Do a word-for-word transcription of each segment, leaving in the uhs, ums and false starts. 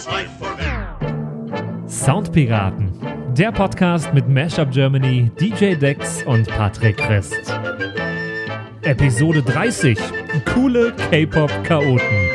Soundpiraten, der Podcast mit Mashup Germany, D J Dex und Patrick Christ. Episode dreißig, coole K-Pop-Chaoten.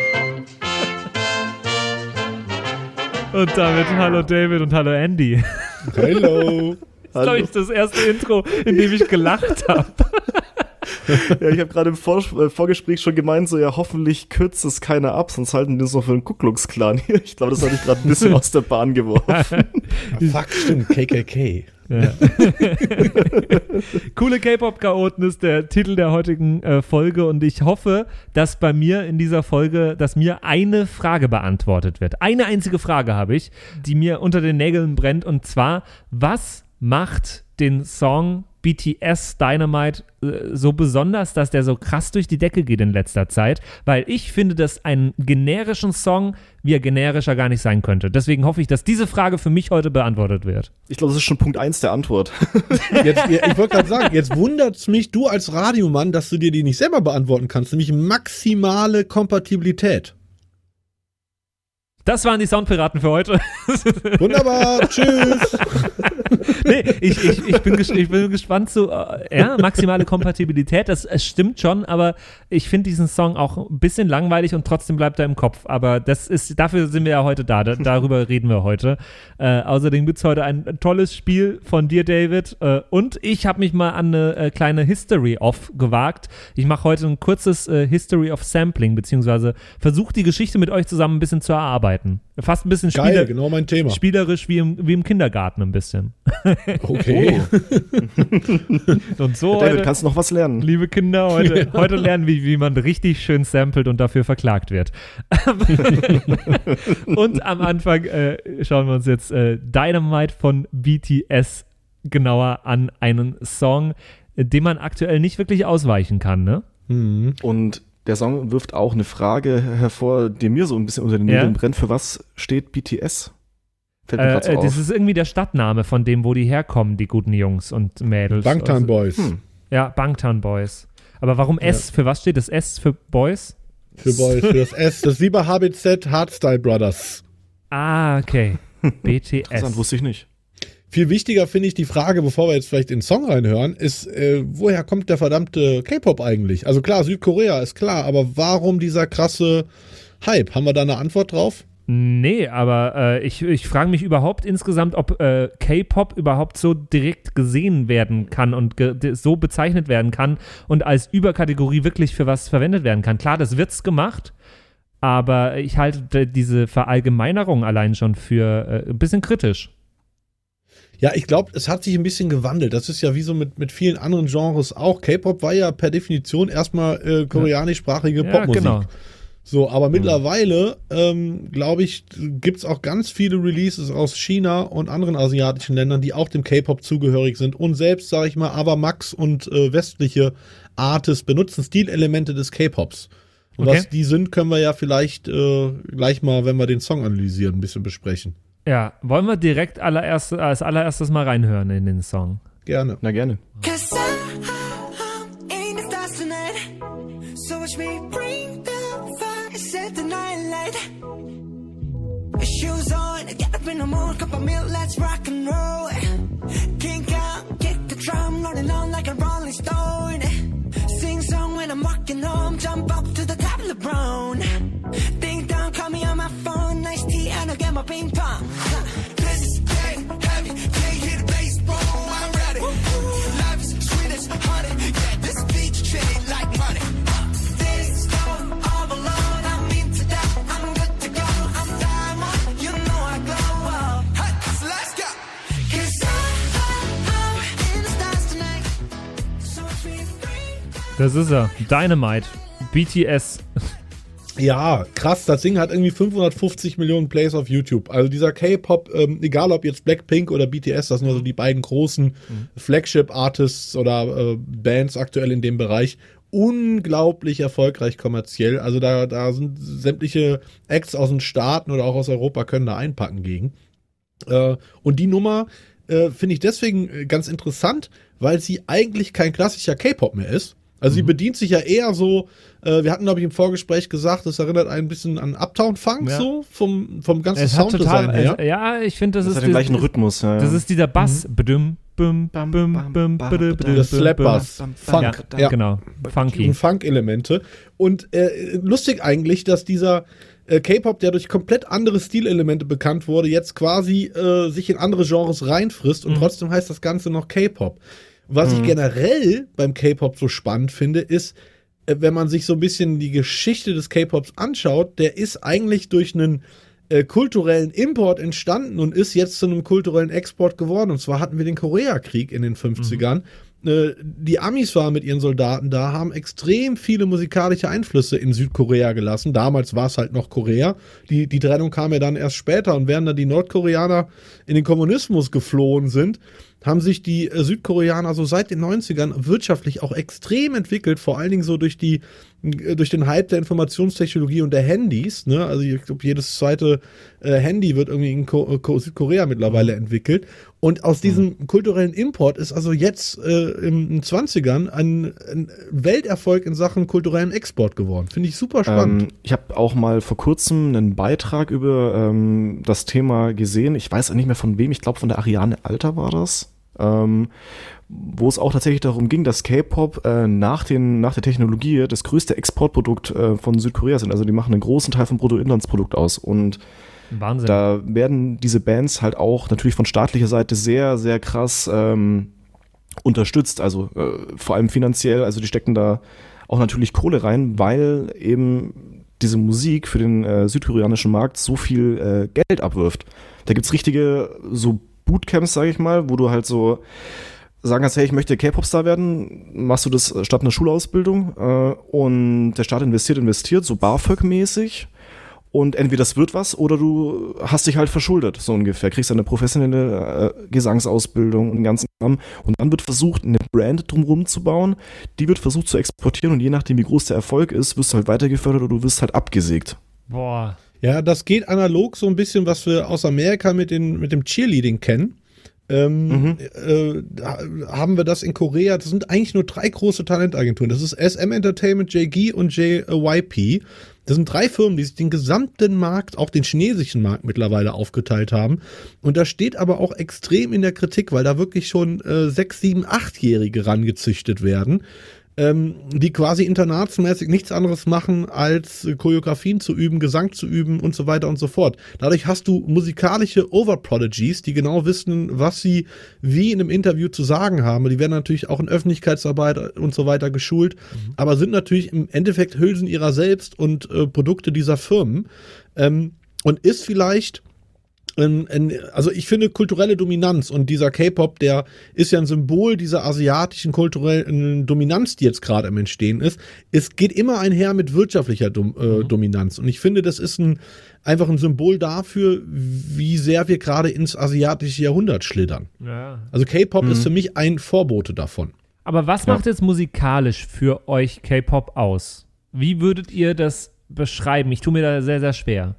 Und damit hallo David und hallo Andy. Hallo. Das ist, glaube ich, das erste Intro, in dem ich gelacht habe. Ja, ich habe gerade im Vor- äh, Vorgespräch schon gemeint, so ja, hoffentlich kürzt es keiner ab, sonst halten die uns noch für einen Ku Klux Klan hier. Ich glaube, das hatte ich gerade ein bisschen aus der Bahn geworfen. Fuck, stimmt, K K K. Ja. Coole K-Pop-Chaoten ist der Titel der heutigen äh, Folge und ich hoffe, dass bei mir in dieser Folge, dass mir eine Frage beantwortet wird. Eine einzige Frage habe ich, die mir unter den Nägeln brennt, und zwar, was macht den Song B T S Dynamite äh, so besonders, dass der so krass durch die Decke geht in letzter Zeit? Weil ich finde, dass einen generischen Song, wie er generischer gar nicht sein könnte. Deswegen hoffe ich, dass diese Frage für mich heute beantwortet wird. Ich glaube, das ist schon Punkt eins der Antwort. Jetzt, ich wollte gerade sagen, jetzt wundert es mich, du als Radiomann, dass du dir die nicht selber beantworten kannst, nämlich maximale Kompatibilität. Das waren die Soundpiraten für heute. Wunderbar, tschüss. Nee, ich, ich, ich, bin, ges- ich bin gespannt zu, äh, ja, maximale Kompatibilität, das es stimmt schon, aber ich finde diesen Song auch ein bisschen langweilig und trotzdem bleibt er im Kopf. Aber das ist, dafür sind wir ja heute da, da darüber reden wir heute. Äh, außerdem gibt es heute ein tolles Spiel von dir, David, äh, und ich habe mich mal an eine äh, kleine History-Off gewagt. Ich mache heute ein kurzes äh, History-of-Sampling, beziehungsweise versuche die Geschichte mit euch zusammen ein bisschen zu erarbeiten. Fast ein bisschen Geil, spieler- genau mein Thema. spielerisch wie im, wie im Kindergarten ein bisschen. Okay. Und so, David, heute, kannst du noch was lernen? liebe Kinder, heute, Ja. heute lernen wir, wie man richtig schön samplet und dafür verklagt wird. Und am Anfang äh, schauen wir uns jetzt äh, Dynamite von B T S genauer an, einen Song, äh, dem man aktuell nicht wirklich ausweichen kann, ne? Mhm. Und der Song wirft auch eine Frage hervor, die mir so ein bisschen unter den Ja. Nägeln brennt. Für was steht B T S? Fällt mir Äh, gerade so äh, auf. das ist irgendwie der Stadtname von dem, wo die herkommen, die guten Jungs und Mädels. Bangtan Also- Boys. Hm. Ja, Bangtan Boys. Aber warum S? Für was steht das S für Boys? Für Boys, für das S. Das ist wie bei H B Z, Hardstyle Brothers. Ah, okay. B T S. Interessant, wusste ich nicht. Viel wichtiger finde ich die Frage, bevor wir jetzt vielleicht in den Song reinhören, ist, äh, woher kommt der verdammte K-Pop eigentlich? Also klar, Südkorea ist klar, aber warum dieser krasse Hype? Haben wir da eine Antwort drauf? Nee, aber äh, ich, ich frage mich überhaupt insgesamt, ob äh, K-Pop überhaupt so direkt gesehen werden kann und ge- de- so bezeichnet werden kann und als Überkategorie wirklich für was verwendet werden kann. Klar, das wird's gemacht, aber ich halte d- diese Verallgemeinerung allein schon für äh, ein bisschen kritisch. Ja, ich glaube, es hat sich ein bisschen gewandelt. Das ist ja wie so mit, mit vielen anderen Genres auch. K-Pop war ja per Definition erstmal äh, koreanischsprachige Ja, Popmusik. genau. So, aber mittlerweile, ähm, glaube ich, gibt's auch ganz viele Releases aus China und anderen asiatischen Ländern, die auch dem K-Pop zugehörig sind. Und selbst, sage ich mal, Avamax und äh, westliche Artists benutzen Stilelemente des K-Pops. Und Okay. was die sind, können wir ja vielleicht äh, gleich mal, wenn wir den Song analysieren, ein bisschen besprechen. Ja, wollen wir direkt allererst, als allererstes mal reinhören in den Song? Gerne. Na gerne. Cause I'm in the stars tonight. So watch me bring the fire, set the night light. Shoes on, get up in the mood, cup of milk, let's rock and roll. Kink out, kick the drum, rolling on like a rolling stone. Sing song when I'm walking home, jump up to the top of the brown. Ding dong, call me on my phone, nice tea, and I'll get my ping pong. This is dead heavy, can't hear the bass, boom, I'm ready. Life is sweet as honey, yeah, this beach chain like money. This storm all alone, I'm into that, I'm good to go, I'm diamond, you know I glow. Hey, so let's go. Cause I'm in the stars tonight, so sweet, bring. Das ist er. Dynamite. B T S. Ja, krass, das Ding hat irgendwie fünfhundertfünfzig Millionen Plays auf YouTube. Also dieser K-Pop, ähm, egal ob jetzt Blackpink oder B T S, das sind ja so die beiden großen mhm. Flagship-Artists oder äh, Bands aktuell in dem Bereich, unglaublich erfolgreich kommerziell. Also da, da sind sämtliche Acts aus den Staaten oder auch aus Europa können da einpacken gegen. Äh, und die Nummer äh, finde ich deswegen ganz interessant, weil sie eigentlich kein klassischer K-Pop mehr ist, Also sie bedient sich ja eher so, äh, wir hatten, glaube ich, im Vorgespräch gesagt, das erinnert ein bisschen an Uptown Funk, Ja. so, vom, vom ganzen Es hat Sounddesign total, her. es, ja, ich finde, das, Das ist hat den die- gleichen Rhythmus. Ja, ja. Das ist dieser Bass. Bum, bum, bum, bum, bum, bum, Das Slap-Bass, bam, Funk, Ja, ja. genau. Funky. Und Funk-Elemente. Und äh, lustig eigentlich, dass dieser äh, K-Pop, der durch komplett andere Stilelemente bekannt wurde, jetzt quasi äh, sich in andere Genres reinfrisst und Mhm. trotzdem heißt das Ganze noch K-Pop. Was ich generell beim K-Pop so spannend finde, ist, äh, wenn man sich so ein bisschen die Geschichte des K-Pops anschaut, der ist eigentlich durch einen äh, kulturellen Import entstanden und ist jetzt zu einem kulturellen Export geworden. Und zwar hatten wir den Koreakrieg in den fünfzigern. Äh, die Amis waren mit ihren Soldaten da, haben extrem viele musikalische Einflüsse in Südkorea gelassen. Damals war es halt noch Korea. Die, die Trennung kam ja dann erst später. Und während dann die Nordkoreaner in den Kommunismus geflohen sind, haben sich die äh, Südkoreaner so seit den neunzigern wirtschaftlich auch extrem entwickelt, vor allen Dingen so durch die äh, durch den Hype der Informationstechnologie und der Handys, ne? Also ich glaube, jedes zweite äh, Handy wird irgendwie in Ko- Ko- Südkorea mittlerweile entwickelt. Und aus diesem kulturellen Import ist also jetzt äh, in den zwanzigern ein, ein Welterfolg in Sachen kulturellen Export geworden. Finde ich super spannend. Ähm, ich habe auch mal vor kurzem einen Beitrag über ähm, das Thema gesehen. Ich weiß nicht mehr von wem. Ich glaube, von der Ariane Alter war das. Ähm, wo es auch tatsächlich darum ging, dass K-Pop äh, nach, den, nach der Technologie das größte Exportprodukt äh, von Südkorea sind. Also die machen einen großen Teil vom Bruttoinlandsprodukt aus. Und Wahnsinn. da werden diese Bands halt auch natürlich von staatlicher Seite sehr, sehr krass ähm, unterstützt. Also äh, vor allem finanziell. Also die stecken da auch natürlich Kohle rein, weil eben diese Musik für den äh, südkoreanischen Markt so viel äh, Geld abwirft. Da gibt's richtige so Bootcamps, sage ich mal, wo du halt so sagen kannst, hey, ich möchte K-Pop-Star werden, machst du das statt einer Schulausbildung äh, und der Staat investiert, investiert, so BAföG-mäßig und entweder das wird was oder du hast dich halt verschuldet, so ungefähr, kriegst eine professionelle äh, Gesangsausbildung und den ganzen Kram und dann wird versucht, eine Brand drumherum zu bauen, die wird versucht zu exportieren und je nachdem, wie groß der Erfolg ist, wirst du halt weitergefördert oder du wirst halt abgesägt. Boah. Ja, das geht analog so ein bisschen, was wir aus Amerika mit, den, mit dem Cheerleading kennen. Ähm, Mhm. äh, da haben wir das in Korea. Das sind eigentlich nur drei große Talentagenturen. Das ist S M Entertainment, J G und J Y P. Das sind drei Firmen, die sich den gesamten Markt, auch den chinesischen Markt mittlerweile aufgeteilt haben. Und da steht aber auch extrem in der Kritik, weil da wirklich schon äh, sechs, sieben, achtjährige rangezüchtet werden. Ähm, die quasi internatsmäßig nichts anderes machen, als äh, Choreografien zu üben, Gesang zu üben und so weiter und so fort. Dadurch hast du musikalische Overprodigies, die genau wissen, was sie wie in einem Interview zu sagen haben. Die werden natürlich auch in Öffentlichkeitsarbeit und so weiter geschult, mhm. aber sind natürlich im Endeffekt Hülsen ihrer selbst und äh, Produkte dieser Firmen. Ähm, und ist vielleicht also ich finde kulturelle Dominanz und dieser K-Pop, der ist ja ein Symbol dieser asiatischen kulturellen Dominanz, die jetzt gerade im Entstehen ist. Es geht immer einher mit wirtschaftlicher Dom- äh, Dominanz und ich finde, das ist ein, einfach ein Symbol dafür, wie sehr wir gerade ins asiatische Jahrhundert schlittern. Ja. Also K-Pop Mhm. ist für mich ein Vorbote davon. Aber was Ja. macht jetzt musikalisch für euch K-Pop aus? Wie würdet ihr das beschreiben? Ich tue mir da sehr, sehr schwer.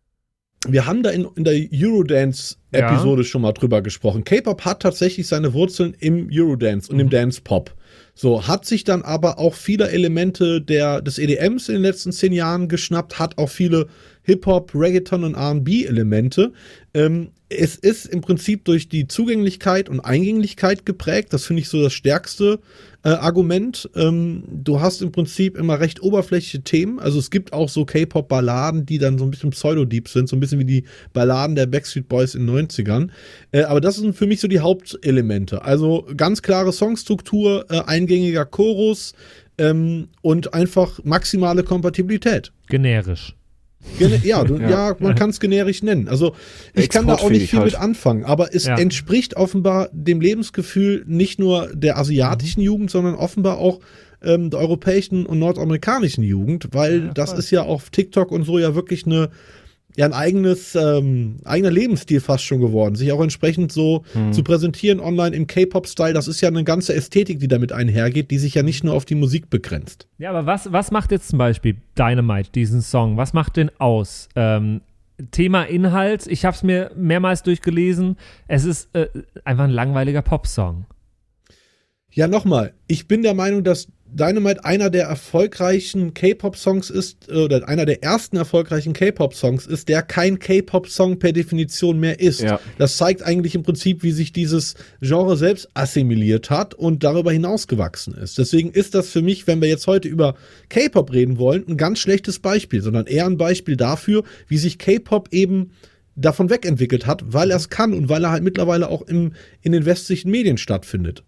Wir haben da in, in der Eurodance-Episode Ja. schon mal drüber gesprochen. K-Pop hat tatsächlich seine Wurzeln im Eurodance und Mhm. im Dance-Pop. So, hat sich dann aber auch viele Elemente der, des E D Ms in den letzten zehn Jahren geschnappt, hat auch viele Hip-Hop, Reggaeton und R and B-Elemente. Ähm, es ist im Prinzip durch die Zugänglichkeit und Eingänglichkeit geprägt. Das finde ich so das stärkste äh, Argument. Ähm, du hast im Prinzip immer recht oberflächliche Themen. Also es gibt auch so K-Pop-Balladen, die dann so ein bisschen pseudo-deep sind, so ein bisschen wie die Balladen der Backstreet Boys in den neunzigern. Äh, aber das sind für mich so die Hauptelemente. Also ganz klare Songstruktur, äh, eingängiger Chorus ähm, und einfach maximale Kompatibilität. Generisch. Gene- ja, du, ja. Ja. man kann es generisch nennen. Also ich kann da auch nicht Exportfähig viel halt. mit anfangen, aber es Ja. entspricht offenbar dem Lebensgefühl nicht nur der asiatischen Jugend, sondern offenbar auch ähm, der europäischen und nordamerikanischen Jugend, weil Ja, das voll. ist ja auf TikTok und so ja wirklich eine ja ein eigenes ähm, eigener Lebensstil fast schon geworden, sich auch entsprechend so Mhm. zu präsentieren online im K-Pop-Style. Das ist ja eine ganze Ästhetik, die damit einhergeht, die sich ja nicht nur auf die Musik begrenzt. Ja, aber was, was macht jetzt zum Beispiel Dynamite, diesen Song? Was macht den aus? Ähm, Thema Inhalt, ich habe es mir mehrmals durchgelesen. Es ist äh, einfach ein langweiliger Popsong. Ja, nochmal, ich bin der Meinung, dass Dynamite einer der erfolgreichen K-Pop-Songs ist, oder einer der ersten erfolgreichen K-Pop-Songs ist, der kein K-Pop-Song per Definition mehr ist. Ja. Das zeigt eigentlich im Prinzip, wie sich dieses Genre selbst assimiliert hat und darüber hinaus gewachsen ist. Deswegen ist das für mich, wenn wir jetzt heute über K-Pop reden wollen, ein ganz schlechtes Beispiel, sondern eher ein Beispiel dafür, wie sich K-Pop eben davon wegentwickelt hat, weil er es kann und weil er halt mittlerweile auch im, in den westlichen Medien stattfindet.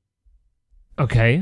Okay.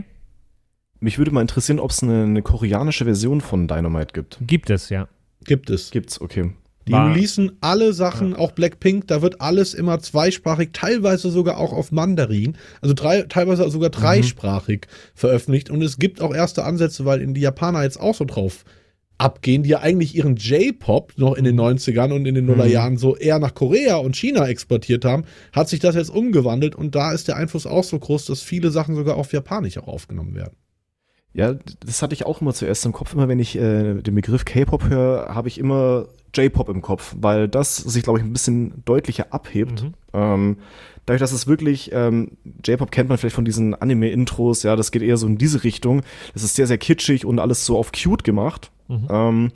Mich würde mal interessieren, ob es eine, eine koreanische Version von Dynamite gibt. Gibt es, ja. Gibt es. Gibt's, okay. Die War- releasen alle Sachen, Ja. auch Blackpink, da wird alles immer zweisprachig, teilweise sogar auch auf Mandarin, also drei, teilweise sogar dreisprachig veröffentlicht. Und es gibt auch erste Ansätze, weil in die Japaner jetzt auch so drauf abgehen, die ja eigentlich ihren J-Pop noch in den neunzigern und in den Nullerjahren so eher nach Korea und China exportiert haben, hat sich das jetzt umgewandelt und da ist der Einfluss auch so groß, dass viele Sachen sogar auf Japanisch auch aufgenommen werden. Ja, das hatte ich auch immer zuerst im Kopf. Immer wenn ich äh, den Begriff K-Pop höre, habe ich immer J-Pop im Kopf, weil das sich, glaube ich, ein bisschen deutlicher abhebt. Mhm. Ähm, dadurch, dass es wirklich, ähm, J-Pop kennt man vielleicht von diesen Anime-Intros, ja, das geht eher so in diese Richtung. Das ist sehr, sehr kitschig und alles so auf cute gemacht. Mhm. Ähm,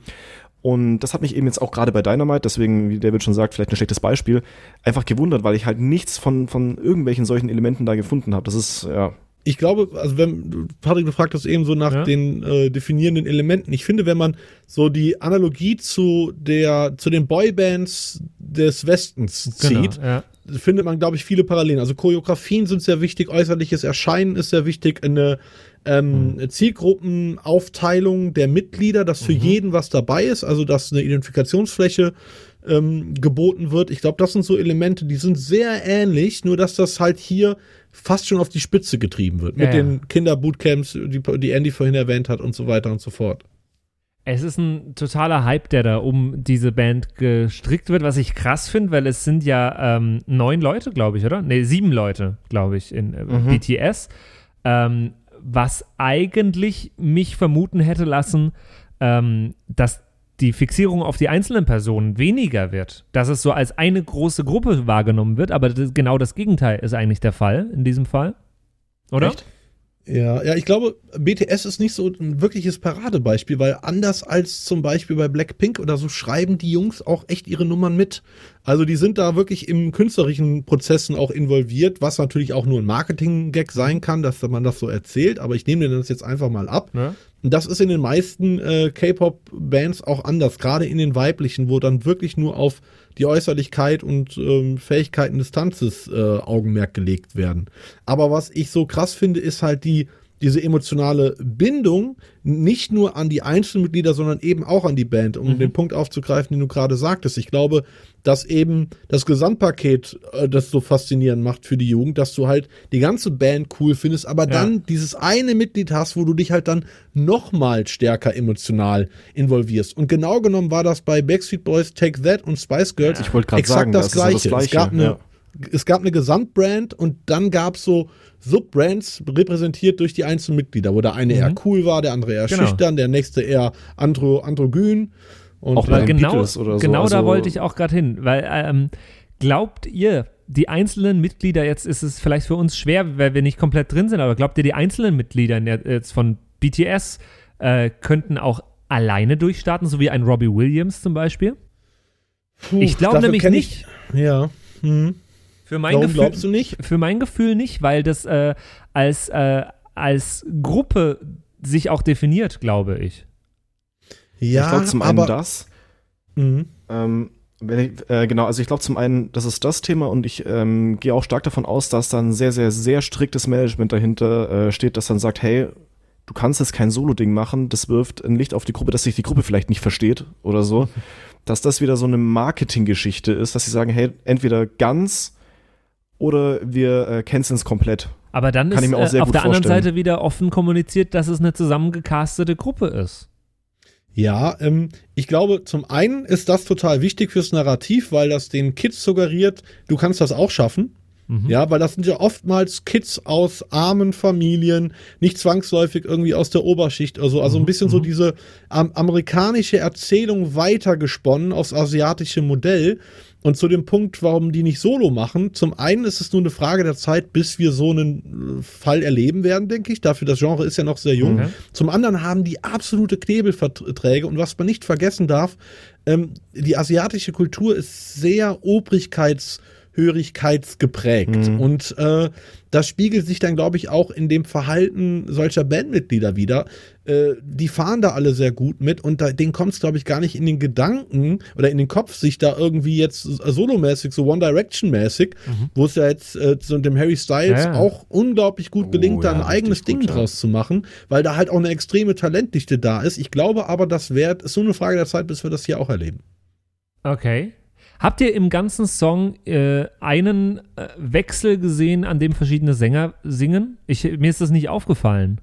und das hat mich eben jetzt auch gerade bei Dynamite, deswegen, wie David schon sagt, vielleicht ein schlechtes Beispiel, einfach gewundert, weil ich halt nichts von, von irgendwelchen solchen Elementen da gefunden habe. Das ist, ja... Ich glaube, also wenn, Patrick, du fragtest eben so nach Ja. den äh, definierenden Elementen. Ich finde, wenn man so die Analogie zu der, zu den Boybands des Westens zieht, Genau, ja. findet man, glaube ich, viele Parallelen. Also Choreografien sind sehr wichtig, äußerliches Erscheinen ist sehr wichtig, eine ähm, Mhm. Zielgruppenaufteilung der Mitglieder, dass für Mhm. jeden was dabei ist, also dass eine Identifikationsfläche ähm, geboten wird. Ich glaube, das sind so Elemente, die sind sehr ähnlich, nur dass das halt hier fast schon auf die Spitze getrieben wird. Mit Ja, ja. den Kinderbootcamps, die, die Andy vorhin erwähnt hat und so weiter und so fort. Es ist ein totaler Hype, der da um diese Band gestrickt wird, was ich krass finde, weil es sind ja ähm, neun Leute, glaube ich, oder? Ne, sieben Leute, glaube ich, in äh, Mhm. B T S. Ähm, was eigentlich mich vermuten hätte lassen, ähm, dass die Fixierung auf die einzelnen Personen weniger wird, dass es so als eine große Gruppe wahrgenommen wird, aber das, genau das Gegenteil ist eigentlich der Fall in diesem Fall, oder? Echt? Ja, ja, ich glaube, B T S ist nicht so ein wirkliches Paradebeispiel, weil anders als zum Beispiel bei Blackpink oder so schreiben die Jungs auch echt ihre Nummern mit. Also die sind da wirklich im künstlerischen Prozessen auch involviert, was natürlich auch nur ein Marketing-Gag sein kann, dass man das so erzählt, aber ich nehme dir das jetzt einfach mal ab. Ja. Und das ist in den meisten äh, K-Pop-Bands auch anders, gerade in den weiblichen, wo dann wirklich nur auf die Äußerlichkeit und ähm, Fähigkeiten des Tanzes äh, Augenmerk gelegt werden. Aber was ich so krass finde, ist halt die diese emotionale Bindung nicht nur an die Einzelmitglieder, sondern eben auch an die Band, um Mhm. den Punkt aufzugreifen, den du gerade sagtest. Ich glaube, dass eben das Gesamtpaket äh, das so faszinierend macht für die Jugend, dass du halt die ganze Band cool findest, aber Ja. dann dieses eine Mitglied hast, wo du dich halt dann noch mal stärker emotional involvierst. Und genau genommen war das bei Backstreet Boys, Take That und Spice Girls Ich wollte gerade exakt sagen, das, das ist ja Gleiche. das Gleiche, Es gab eine, ja. es gab eine Gesamtbrand und dann gab es so Subbrands repräsentiert durch die einzelnen Mitglieder, wo der eine Mhm. eher cool war, der andere eher Genau. schüchtern, der nächste eher andro, androgyn. Und Auch bei Weil den genau, Beatles oder so, genau da also- wollte ich auch gerade hin, weil ähm, glaubt ihr, die einzelnen Mitglieder, jetzt ist es vielleicht für uns schwer, weil wir nicht komplett drin sind, aber glaubt ihr, die einzelnen Mitglieder jetzt von B T S äh, könnten auch alleine durchstarten, so wie ein Robbie Williams zum Beispiel? Puh, Ich glaube dafür nämlich kenn nicht. Ich, ja. Hm. Für mein Warum Gefühl, glaubst du nicht? Für mein Gefühl nicht, weil das äh, als, äh, als Gruppe sich auch definiert, glaube ich. Ja, ich glaube zum einen aber, das. Mhm. Ähm, wenn ich, äh, genau, also ich glaube zum einen, das ist das Thema und ich ähm, gehe auch stark davon aus, dass dann sehr, sehr, sehr striktes Management dahinter äh, steht, das dann sagt, hey, du kannst jetzt kein Solo-Ding machen, das wirft ein Licht auf die Gruppe, dass sich die Gruppe vielleicht nicht versteht oder so. Dass das wieder so eine Marketinggeschichte ist, dass sie sagen, hey, entweder ganz oder wir äh, canceln es komplett. Aber dann Kann ist ich mir auch äh, sehr auf gut der anderen vorstellen. Seite wieder offen kommuniziert, dass es eine zusammengecastete Gruppe ist. Ja, ähm, ich glaube, zum einen ist das total wichtig fürs Narrativ, weil das den Kids suggeriert, du kannst das auch schaffen. Mhm. Ja, weil das sind ja oftmals Kids aus armen Familien, nicht zwangsläufig irgendwie aus der Oberschicht oder so. Also ein bisschen so diese am, amerikanische Erzählung weitergesponnen aufs asiatische Modell. Und zu dem Punkt, warum die nicht solo machen, zum einen ist es nur eine Frage der Zeit, bis wir so einen Fall erleben werden, denke ich. Dafür, das Genre ist ja noch sehr jung. Okay. Zum anderen haben die absolute Knebelverträge. Und was man nicht vergessen darf, ähm, die asiatische Kultur ist sehr obrigkeits- hörigkeitsgeprägt. Mhm. Und äh, das spiegelt sich dann, glaube ich, auch in dem Verhalten solcher Bandmitglieder wieder. Äh, die fahren da alle sehr gut mit und da, denen kommt es, glaube ich, gar nicht in den Gedanken oder in den Kopf, sich da irgendwie jetzt solomäßig, so One Direction-mäßig, mhm. wo es ja jetzt äh, so dem Harry Styles ja, ja. auch unglaublich gut gelingt, oh, da ein ja, eigenes Ding gut, draus ja. zu machen, weil da halt auch eine extreme Talentdichte da ist. Ich glaube aber, das wär, ist so eine Frage der Zeit, bis wir das hier auch erleben. Okay. Habt ihr im ganzen Song äh, einen äh, Wechsel gesehen, an dem verschiedene Sänger singen? Ich, mir ist das nicht aufgefallen.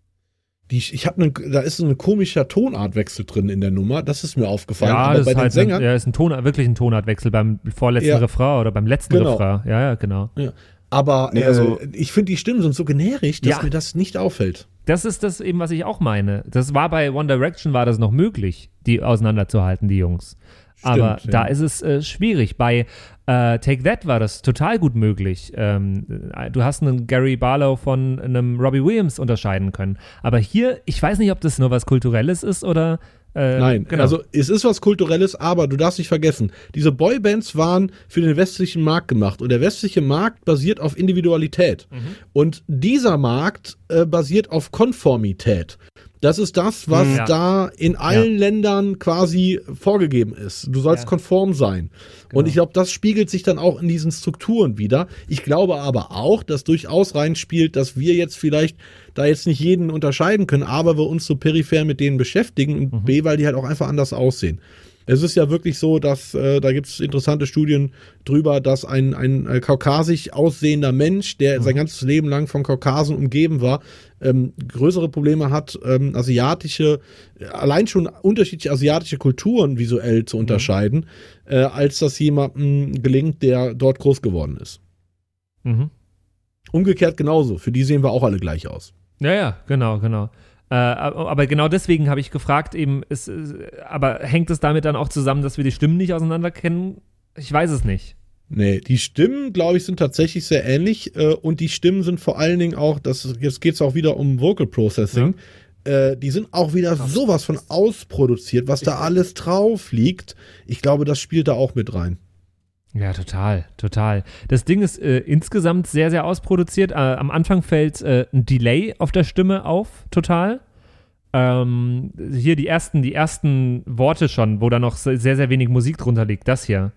Die, ich habe ne, da ist so ein komischer Tonartwechsel drin in der Nummer. Das ist mir aufgefallen. Ja, aber das bei ist den halt Sängern, ein, ja, ist ein Ton, wirklich ein Tonartwechsel beim vorletzten ja. Refrain oder beim letzten genau. Refrain. Ja, ja, genau. Ja. Aber nee, also, äh, ich finde, die Stimmen sind so generisch, dass ja. mir das nicht auffällt. Das ist das eben, was ich auch meine. Das war bei One Direction war das noch möglich, die auseinanderzuhalten, die Jungs. Stimmt, aber ja. da ist es äh, schwierig. Bei äh, Take That war das total gut möglich. Ähm, du hast einen Gary Barlow von einem Robbie Williams unterscheiden können. Aber hier, ich weiß nicht, ob das nur was Kulturelles ist oder äh, Nein, genau. also es ist was Kulturelles, aber du darfst nicht vergessen, diese Boybands waren für den westlichen Markt gemacht und der westliche Markt basiert auf Individualität. Mhm. Und dieser Markt äh, basiert auf Konformität. Das ist das, was ja. da in allen ja. Ländern quasi vorgegeben ist. Du sollst ja. konform sein. Genau. Und ich glaube, das spiegelt sich dann auch in diesen Strukturen wieder. Ich glaube aber auch, dass durchaus reinspielt, dass wir jetzt vielleicht da jetzt nicht jeden unterscheiden können, aber wir uns so peripher mit denen beschäftigen und mhm. B, weil die halt auch einfach anders aussehen. Es ist ja wirklich so, dass äh, da gibt es interessante Studien drüber, dass ein, ein äh, kaukasisch aussehender Mensch, der mhm. sein ganzes Leben lang von Kaukasen umgeben war, ähm, größere Probleme hat, ähm, asiatische, allein schon unterschiedliche asiatische Kulturen visuell zu unterscheiden, mhm. äh, als das jemandem gelingt, der dort groß geworden ist. Mhm. Umgekehrt genauso. Für die sehen wir auch alle gleich aus. Ja, ja, genau, genau. Äh, aber genau deswegen habe ich gefragt, eben, ist, aber hängt es damit dann auch zusammen, dass wir die Stimmen nicht auseinander kennen? Ich weiß es nicht. Nee, die Stimmen, glaube ich, sind tatsächlich sehr ähnlich äh, und die Stimmen sind vor allen Dingen auch, das, jetzt geht es auch wieder um Vocal Processing, ja. äh, die sind auch wieder Krass. sowas von ausproduziert, was da alles drauf liegt. Ich glaube, das spielt da auch mit rein. Ja, total, total. Das Ding ist äh, insgesamt sehr, sehr ausproduziert. Äh, am Anfang fällt äh, ein Delay auf der Stimme auf, total. Ähm, hier die ersten, die ersten Worte schon, wo da noch sehr, sehr wenig Musik drunter liegt. Das hier.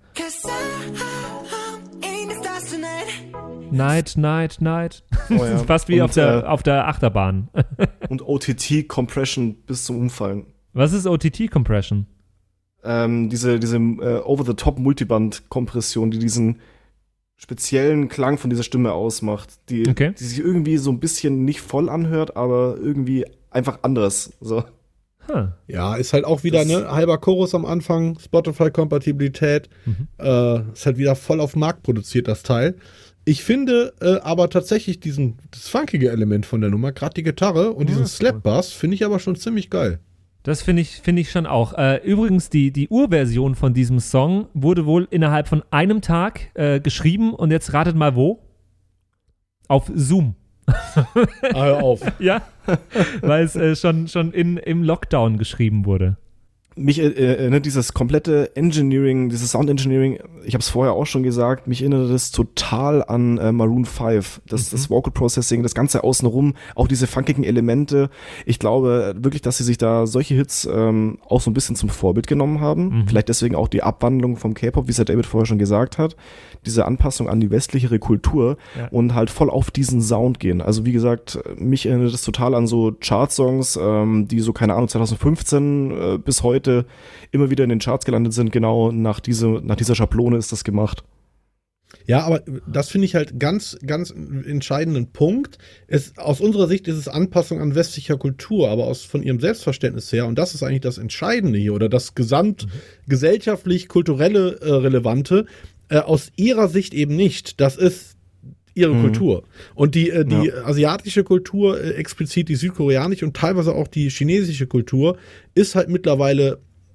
Night, night, night. Oh ja. Fast wie und, auf, der, äh, auf der Achterbahn. Und O T T-Compression bis zum Umfallen. Was ist O T T-Compression? Ähm, diese diese äh, Over-the-Top-Multiband-Kompression, die diesen speziellen Klang von dieser Stimme ausmacht, die, okay. die sich irgendwie so ein bisschen nicht voll anhört, aber irgendwie einfach anders. So. Huh. Ja, ist halt auch wieder ne halber Chorus am Anfang, Spotify-Kompatibilität, mhm. äh, ist halt wieder voll auf Markt produziert, das Teil. Ich finde äh, aber tatsächlich diesen, das funkige Element von der Nummer, gerade die Gitarre und ja, diesen Slap-Bass, finde ich aber schon ziemlich geil. Das finde ich, find ich schon auch. Äh, übrigens, die, die Urversion von diesem Song wurde wohl innerhalb von einem Tag äh, geschrieben und jetzt ratet mal wo? Auf Zoom. Ah, hör auf. Ja, weil es äh, schon, schon in, im Lockdown geschrieben wurde. Mich erinnert äh, dieses komplette Engineering, dieses Sound Engineering, ich habe es vorher auch schon gesagt, mich erinnert das total an äh, Maroon fünf, das, mhm. das Vocal Processing, das Ganze außenrum, auch diese funkigen Elemente. Ich glaube wirklich, dass sie sich da solche Hits ähm, auch so ein bisschen zum Vorbild genommen haben. Mhm. Vielleicht deswegen auch die Abwandlung vom K-Pop, wie es ja David vorher schon gesagt hat, diese Anpassung an die westlichere Kultur ja. und halt voll auf diesen Sound gehen. Also wie gesagt, mich erinnert das total an so Chart-Songs, ähm, die so, keine Ahnung, zwanzig fünfzehn äh, bis heute immer wieder in den Charts gelandet sind. Genau nach, diese, nach dieser Schablone ist das gemacht. Ja, aber das finde ich halt ganz, ganz entscheidenden Punkt. Es, aus unserer Sicht ist es Anpassung an westlicher Kultur, aber aus, von ihrem Selbstverständnis her, und das ist eigentlich das Entscheidende hier, oder das gesamtgesellschaftlich-kulturelle äh, Relevante, äh, aus ihrer Sicht eben nicht. Das ist ihre mhm. Kultur. Und die, äh, die ja. asiatische Kultur, äh, explizit die südkoreanische und teilweise auch die chinesische Kultur, ist halt mittlerweile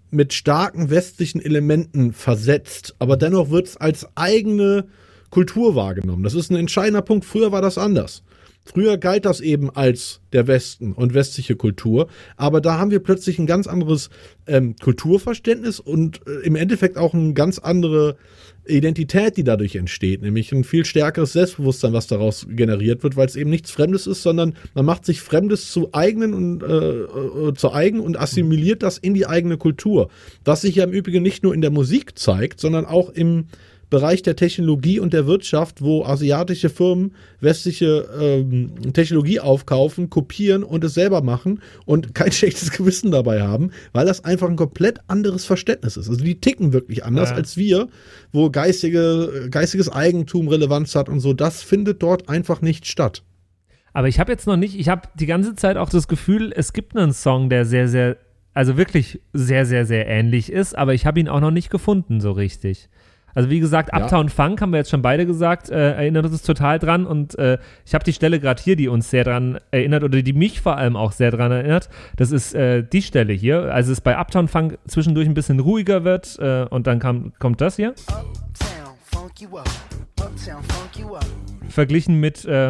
mit starken westlichen Elementen versetzt, aber dennoch wird es als eigene Kultur wahrgenommen. Das ist ein entscheidender Punkt. Früher war das anders. Früher galt das eben als der Westen und westliche Kultur, aber da haben wir plötzlich ein ganz anderes ähm, Kulturverständnis und äh, im Endeffekt auch eine ganz andere Identität, die dadurch entsteht, nämlich ein viel stärkeres Selbstbewusstsein, was daraus generiert wird, weil es eben nichts Fremdes ist, sondern man macht sich Fremdes zu eigenen und äh, äh, zu eigen und assimiliert das in die eigene Kultur, was sich ja im Übrigen nicht nur in der Musik zeigt, sondern auch im Bereich der Technologie und der Wirtschaft, wo asiatische Firmen westliche ähm, Technologie aufkaufen, kopieren und es selber machen und kein schlechtes Gewissen dabei haben, weil das einfach ein komplett anderes Verständnis ist. Also die ticken wirklich anders ja. als wir, wo geistige, geistiges Eigentum Relevanz hat und so. Das findet dort einfach nicht statt. Aber ich habe jetzt noch nicht, ich habe die ganze Zeit auch das Gefühl, es gibt einen Song, der sehr, sehr, also wirklich sehr, sehr, sehr ähnlich ist, aber ich habe ihn auch noch nicht gefunden so richtig. Also wie gesagt, Uptown ja. Funk haben wir jetzt schon beide gesagt, äh, erinnert uns total dran und äh, ich habe die Stelle gerade hier, die uns sehr dran erinnert oder die mich vor allem auch sehr dran erinnert. Das ist äh, die Stelle hier, also es bei Uptown Funk zwischendurch ein bisschen ruhiger wird äh, und dann kam, kommt das hier. Uptown, funk you up. Uptown, funk you up. Verglichen mit äh,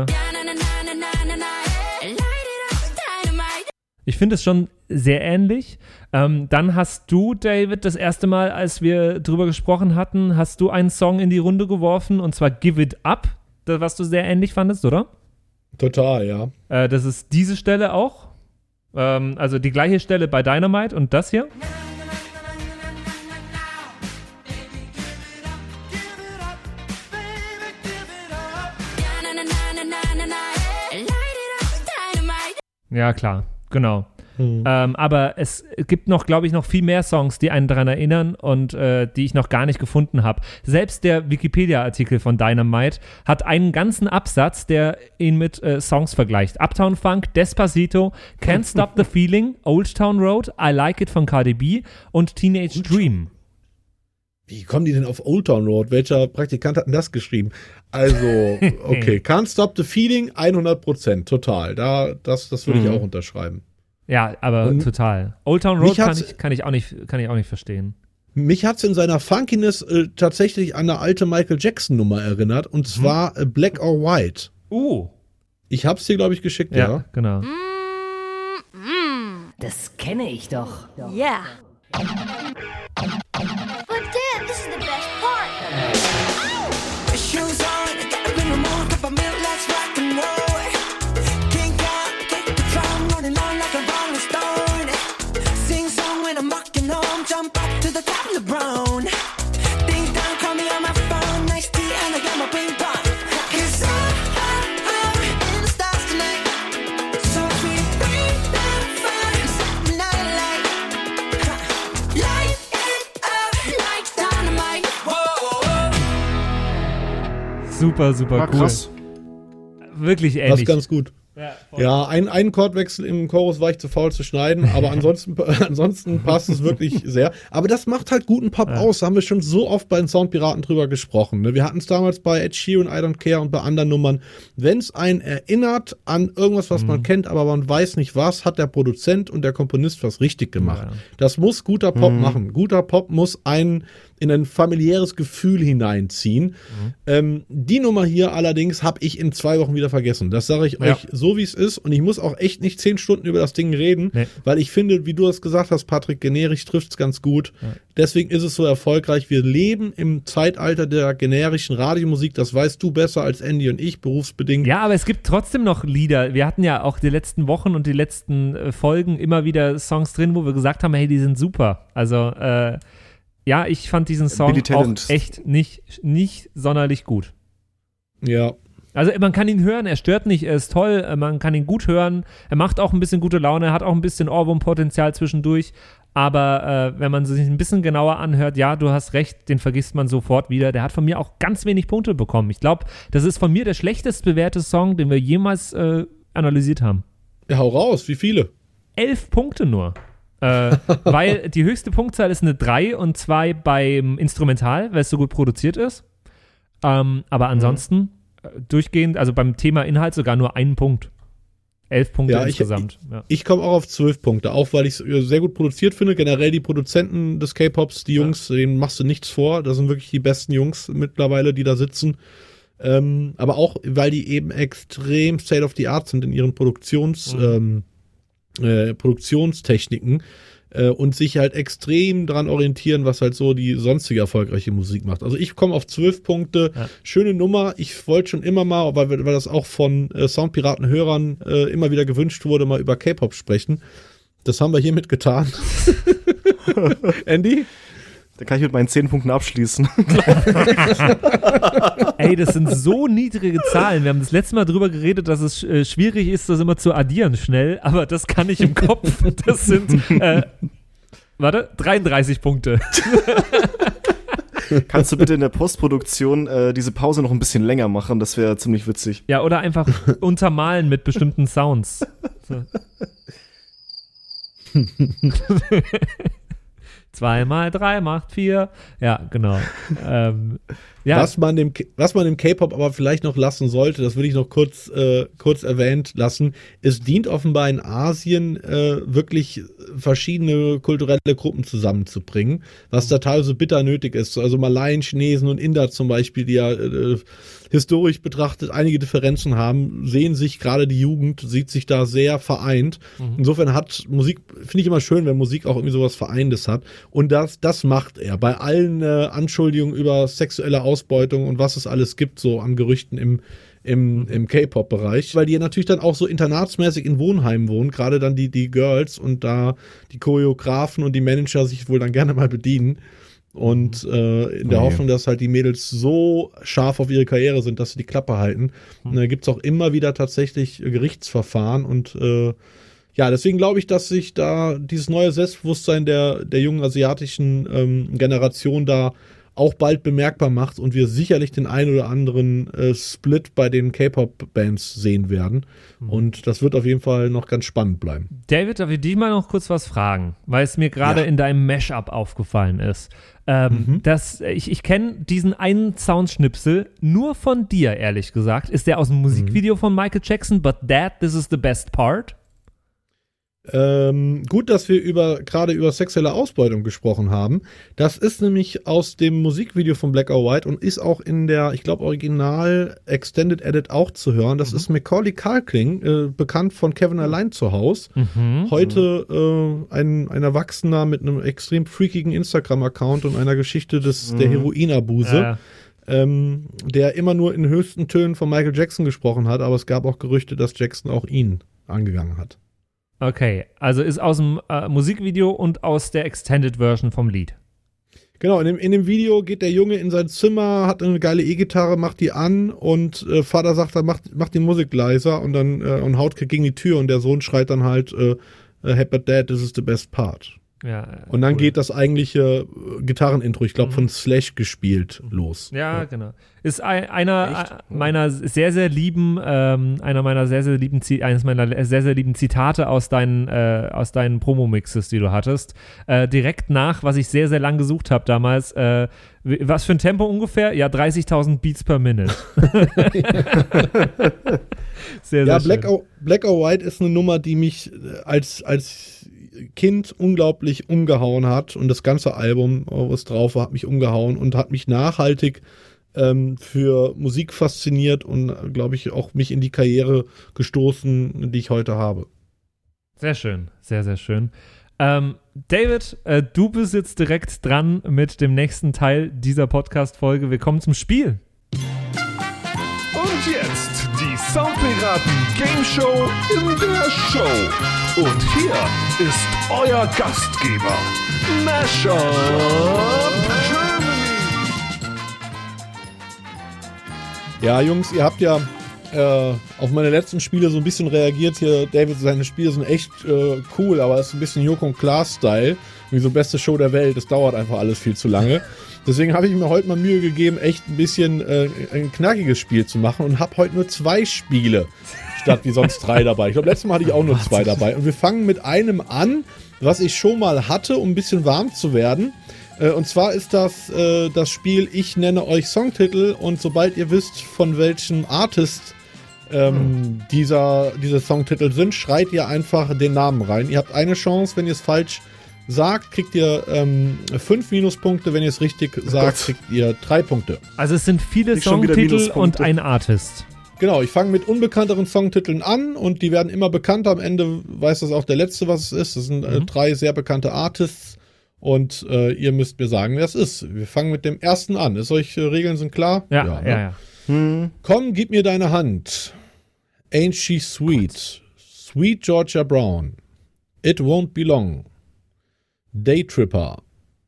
ich finde es schon sehr ähnlich. Ähm, dann hast du, David, das erste Mal, als wir drüber gesprochen hatten, hast du einen Song in die Runde geworfen und zwar Give It Up, das, was du sehr ähnlich fandest, oder? Total, ja. Äh, das ist diese Stelle auch. Ähm, also die gleiche Stelle bei Dynamite und das hier. Ja, klar. Genau. Mhm. Ähm, aber es gibt noch, glaube ich, noch viel mehr Songs, die einen daran erinnern und äh, die ich noch gar nicht gefunden habe. Selbst der Wikipedia-Artikel von Dynamite hat einen ganzen Absatz, der ihn mit äh, Songs vergleicht. Uptown Funk, Despacito, Can't Stop the Feeling, Old Town Road, I Like It von Cardi B und Teenage Dream. Wie kommen die denn auf Old Town Road? Welcher Praktikant hat denn das geschrieben? Also, okay, Can't Stop the Feeling, hundert Prozent, total. Da, das das würde ich auch unterschreiben. Ja, aber und total. Old Town Road kann ich, kann, ich auch nicht, kann ich auch nicht verstehen. Mich hat es in seiner Funkiness äh, tatsächlich an eine alte Michael Jackson-Nummer erinnert, und zwar mhm. äh, Black or White. Uh. Ich hab's dir, glaube ich, geschickt, ja. Ja, genau. Das kenne ich doch. Ja. Yeah. But Dad, this is the best part. Oh! Shoes on, I've been removed up a milk, let's rock and roll. King Kong, kick the drum, rolling on like a rolling stone. Sing song when I'm walking home, jump up to the top of the brown. Ding dong, call me on my phone, nice tea and I got my ping pong. Cause I, I, I'm in the stars tonight. So sweet, bring that fire, set me night light. Light it up like dynamite. Whoa. Super, super War cool. Krass. Wirklich ähnlich. Das ist ganz gut. Ja, Ja, ein, einen Chordwechsel im Chorus war ich zu faul zu schneiden, aber ansonsten, ansonsten passt es wirklich sehr. Aber das macht halt guten Pop Ja. aus. Da haben wir schon so oft bei den Soundpiraten drüber gesprochen. Ne? Wir hatten es damals bei Ed Sheeran, I Don't Care und bei anderen Nummern. Wenn es einen erinnert an irgendwas, was Mhm. man kennt, aber man weiß nicht was, hat der Produzent und der Komponist was richtig gemacht. Ja. Das muss guter Pop Mhm. machen. Guter Pop muss einen in ein familiäres Gefühl hineinziehen. Mhm. Ähm, die Nummer hier allerdings habe ich in zwei Wochen wieder vergessen. Das sage ich Ja. euch so, wie es ist. Und ich muss auch echt nicht zehn Stunden über das Ding reden, Nee. weil ich finde, wie du es gesagt hast, Patrick, generisch trifft es ganz gut. Ja. Deswegen ist es so erfolgreich. Wir leben im Zeitalter der generischen Radiomusik. Das weißt du besser als Andy und ich, berufsbedingt. Ja, aber es gibt trotzdem noch Lieder. Wir hatten ja auch die letzten Wochen und die letzten äh, Folgen immer wieder Songs drin, wo wir gesagt haben, hey, die sind super. Also, äh, ja, ich fand diesen Song Billy auch Talent. echt nicht, nicht sonderlich gut. Ja. Also man kann ihn hören, er stört nicht, er ist toll, äh, man kann ihn gut hören, er macht auch ein bisschen gute Laune, er hat auch ein bisschen Ohrwurmpotenzial zwischendurch, aber äh, wenn man sich ein bisschen genauer anhört, ja, du hast recht, den vergisst man sofort wieder. Der hat von mir auch ganz wenig Punkte bekommen. Ich glaube, das ist von mir der schlechtest bewährte Song, den wir jemals äh, analysiert haben. Ja, hau raus. Wie viele? Elf Punkte nur. äh, weil die höchste Punktzahl ist eine drei und zwei beim Instrumental, weil es so gut produziert ist. Ähm, aber ansonsten äh, durchgehend, also beim Thema Inhalt sogar nur einen Punkt. Elf Punkte Ja, ich- insgesamt. ja. Ich komme auch auf zwölf Punkte, auch weil ich es sehr gut produziert finde. Generell die Produzenten des K-Pops, die Jungs, denen machst du nichts vor. Das sind wirklich die besten Jungs mittlerweile, die da sitzen. Ähm, aber auch, weil die eben extrem State of the Art sind in ihren Produktions, Mhm. ähm, äh, Produktionstechniken äh, und sich halt extrem daran orientieren, was halt so die sonstige erfolgreiche Musik macht. Also ich komme auf zwölf Punkte. Ja. Schöne Nummer. Ich wollte schon immer mal, weil, weil das auch von äh, Soundpiraten-Hörern äh, immer wieder gewünscht wurde, mal über K-Pop sprechen. Das haben wir hiermit getan. Andy? Da kann ich mit meinen zehn Punkten abschließen. Ey, das sind so niedrige Zahlen. Wir haben das letzte Mal drüber geredet, dass es äh, schwierig ist, das immer zu addieren schnell, aber das kann ich im Kopf. Das sind, äh, warte, dreiunddreißig Punkte. Kannst du bitte in der Postproduktion äh, diese Pause noch ein bisschen länger machen? Das wäre ziemlich witzig. Ja, oder einfach untermalen mit bestimmten Sounds. So. Zwei mal drei macht vier. Ja, genau. Ähm, ja, Was man dem, K- was man dem K-Pop aber vielleicht noch lassen sollte, das will ich noch kurz, äh, kurz erwähnt lassen, es dient offenbar in Asien äh, wirklich verschiedene kulturelle Gruppen zusammenzubringen, was da teilweise bitter nötig ist. Also Malaien, Chinesen und Inder zum Beispiel, die ja äh, historisch betrachtet einige Differenzen haben, sehen sich, gerade die Jugend sieht sich da sehr vereint. Insofern hat Musik, finde ich immer schön, wenn Musik auch irgendwie sowas Vereinendes hat. Und das, das macht er. Bei allen äh, Anschuldigungen über sexuelle Ausbeutung und was es alles gibt, so an Gerüchten im, im, im K-Pop-Bereich, weil die natürlich dann auch so internatsmäßig in Wohnheimen wohnen, gerade dann die, die Girls und da die Choreografen und die Manager sich wohl dann gerne mal bedienen. Und äh, in der Oh je. Hoffnung, dass halt die Mädels so scharf auf ihre Karriere sind, dass sie die Klappe halten. Und da gibt's auch immer wieder tatsächlich äh, Gerichtsverfahren und äh, ja, deswegen glaube ich, dass sich da dieses neue Selbstbewusstsein der, der jungen asiatischen ähm, Generation da auch bald bemerkbar macht und wir sicherlich den ein oder anderen äh, Split bei den K-Pop-Bands sehen werden. Und das wird auf jeden Fall noch ganz spannend bleiben. David, darf ich dich mal noch kurz was fragen, weil es mir gerade Ja. in deinem Mashup aufgefallen ist. Ähm, dass, ich ich kenne diesen einen Soundschnipsel nur von dir, ehrlich gesagt. Ist der aus dem Musikvideo von Michael Jackson? But that, this is the best part? Ähm, gut, dass wir über gerade über sexuelle Ausbeutung gesprochen haben. Das ist nämlich aus dem Musikvideo von Black or White und ist auch in der, ich glaube, Original Extended Edit auch zu hören. Das ist Macaulay Culkin, äh, bekannt von Kevin Allein zu Haus. Mhm. Heute äh, ein, ein Erwachsener mit einem extrem freakigen Instagram-Account und einer Geschichte des, der Heroinabuse. Ja. Ähm, der immer nur in höchsten Tönen von Michael Jackson gesprochen hat, aber es gab auch Gerüchte, dass Jackson auch ihn angegangen hat. Okay, also ist aus dem äh, Musikvideo und aus der Extended Version vom Lied. Genau, in dem, in dem Video geht der Junge in sein Zimmer, hat eine geile E-Gitarre, macht die an und äh, Vater sagt dann, macht, macht die Musik leiser und dann äh, und haut gegen die Tür und der Sohn schreit dann halt, äh, hey, but dad, this is the best part. Ja, Und dann cool. geht das eigentliche äh, Gitarrenintro, ich glaube von Slash gespielt, los. Ja, genau. Ist ein, einer äh, meiner sehr, sehr lieben, ähm, einer meiner sehr, sehr lieben, Zi- eines meiner sehr, sehr lieben Zitate aus deinen, äh, aus deinen Promo-Mixes, die du hattest. Äh, direkt nach, was ich sehr, sehr lang gesucht habe damals. Äh, w- was für ein Tempo ungefähr? Ja, dreißigtausend Beats per Minute. sehr, Ja, sehr Black schön. or, Black or White ist eine Nummer, die mich äh, als, als Kind unglaublich umgehauen hat und das ganze Album, was drauf war, hat mich umgehauen und hat mich nachhaltig ähm, für Musik fasziniert und, glaube ich, auch mich in die Karriere gestoßen, die ich heute habe. Sehr schön, sehr, sehr schön. Ähm, David, äh, du bist jetzt direkt dran mit dem nächsten Teil dieser Podcast-Folge. Wir kommen zum Spiel. Und jetzt die Soundpiraten Game Show in der Show. Und hier ist euer Gastgeber, Mashup Germany. Ja, Jungs, ihr habt ja äh, auf meine letzten Spiele so ein bisschen reagiert hier. David, seine Spiele sind echt äh, cool, aber es ist ein bisschen Joko und Klaas-Style. Wie so beste Show der Welt. Das dauert einfach alles viel zu lange. Deswegen habe ich mir heute mal Mühe gegeben, echt ein bisschen äh, ein knackiges Spiel zu machen und habe heute nur zwei Spiele statt wie sonst drei dabei. Ich glaube, letztes Mal hatte ich auch nur zwei dabei. Und wir fangen mit einem an, was ich schon mal hatte, um ein bisschen warm zu werden. Äh, und zwar ist das äh, das Spiel Ich nenne euch Songtitel und sobald ihr wisst, von welchem Artist ähm, dieser, diese Songtitel sind, schreit ihr einfach den Namen rein. Ihr habt eine Chance, wenn ihr es falsch sagt, kriegt ihr ähm, fünf Minuspunkte. Wenn ihr es richtig sagt, kriegt ihr drei Punkte. Also es sind viele Ich schon wieder Songtitel Minuspunkte. und ein Artist. Genau, ich fange mit unbekannteren Songtiteln an und die werden immer bekannter. Am Ende weiß das auch der Letzte, was es ist. Das sind äh, Mhm. drei sehr bekannte Artists und äh, ihr müsst mir sagen, wer es ist. Wir fangen mit dem ersten an. Ist euch äh, Regeln sind klar? Ja, ja, ne? ja. Hm. Komm, gib mir deine Hand. Ain't she sweet? Sweet Georgia Brown. It won't be long. Daytripper.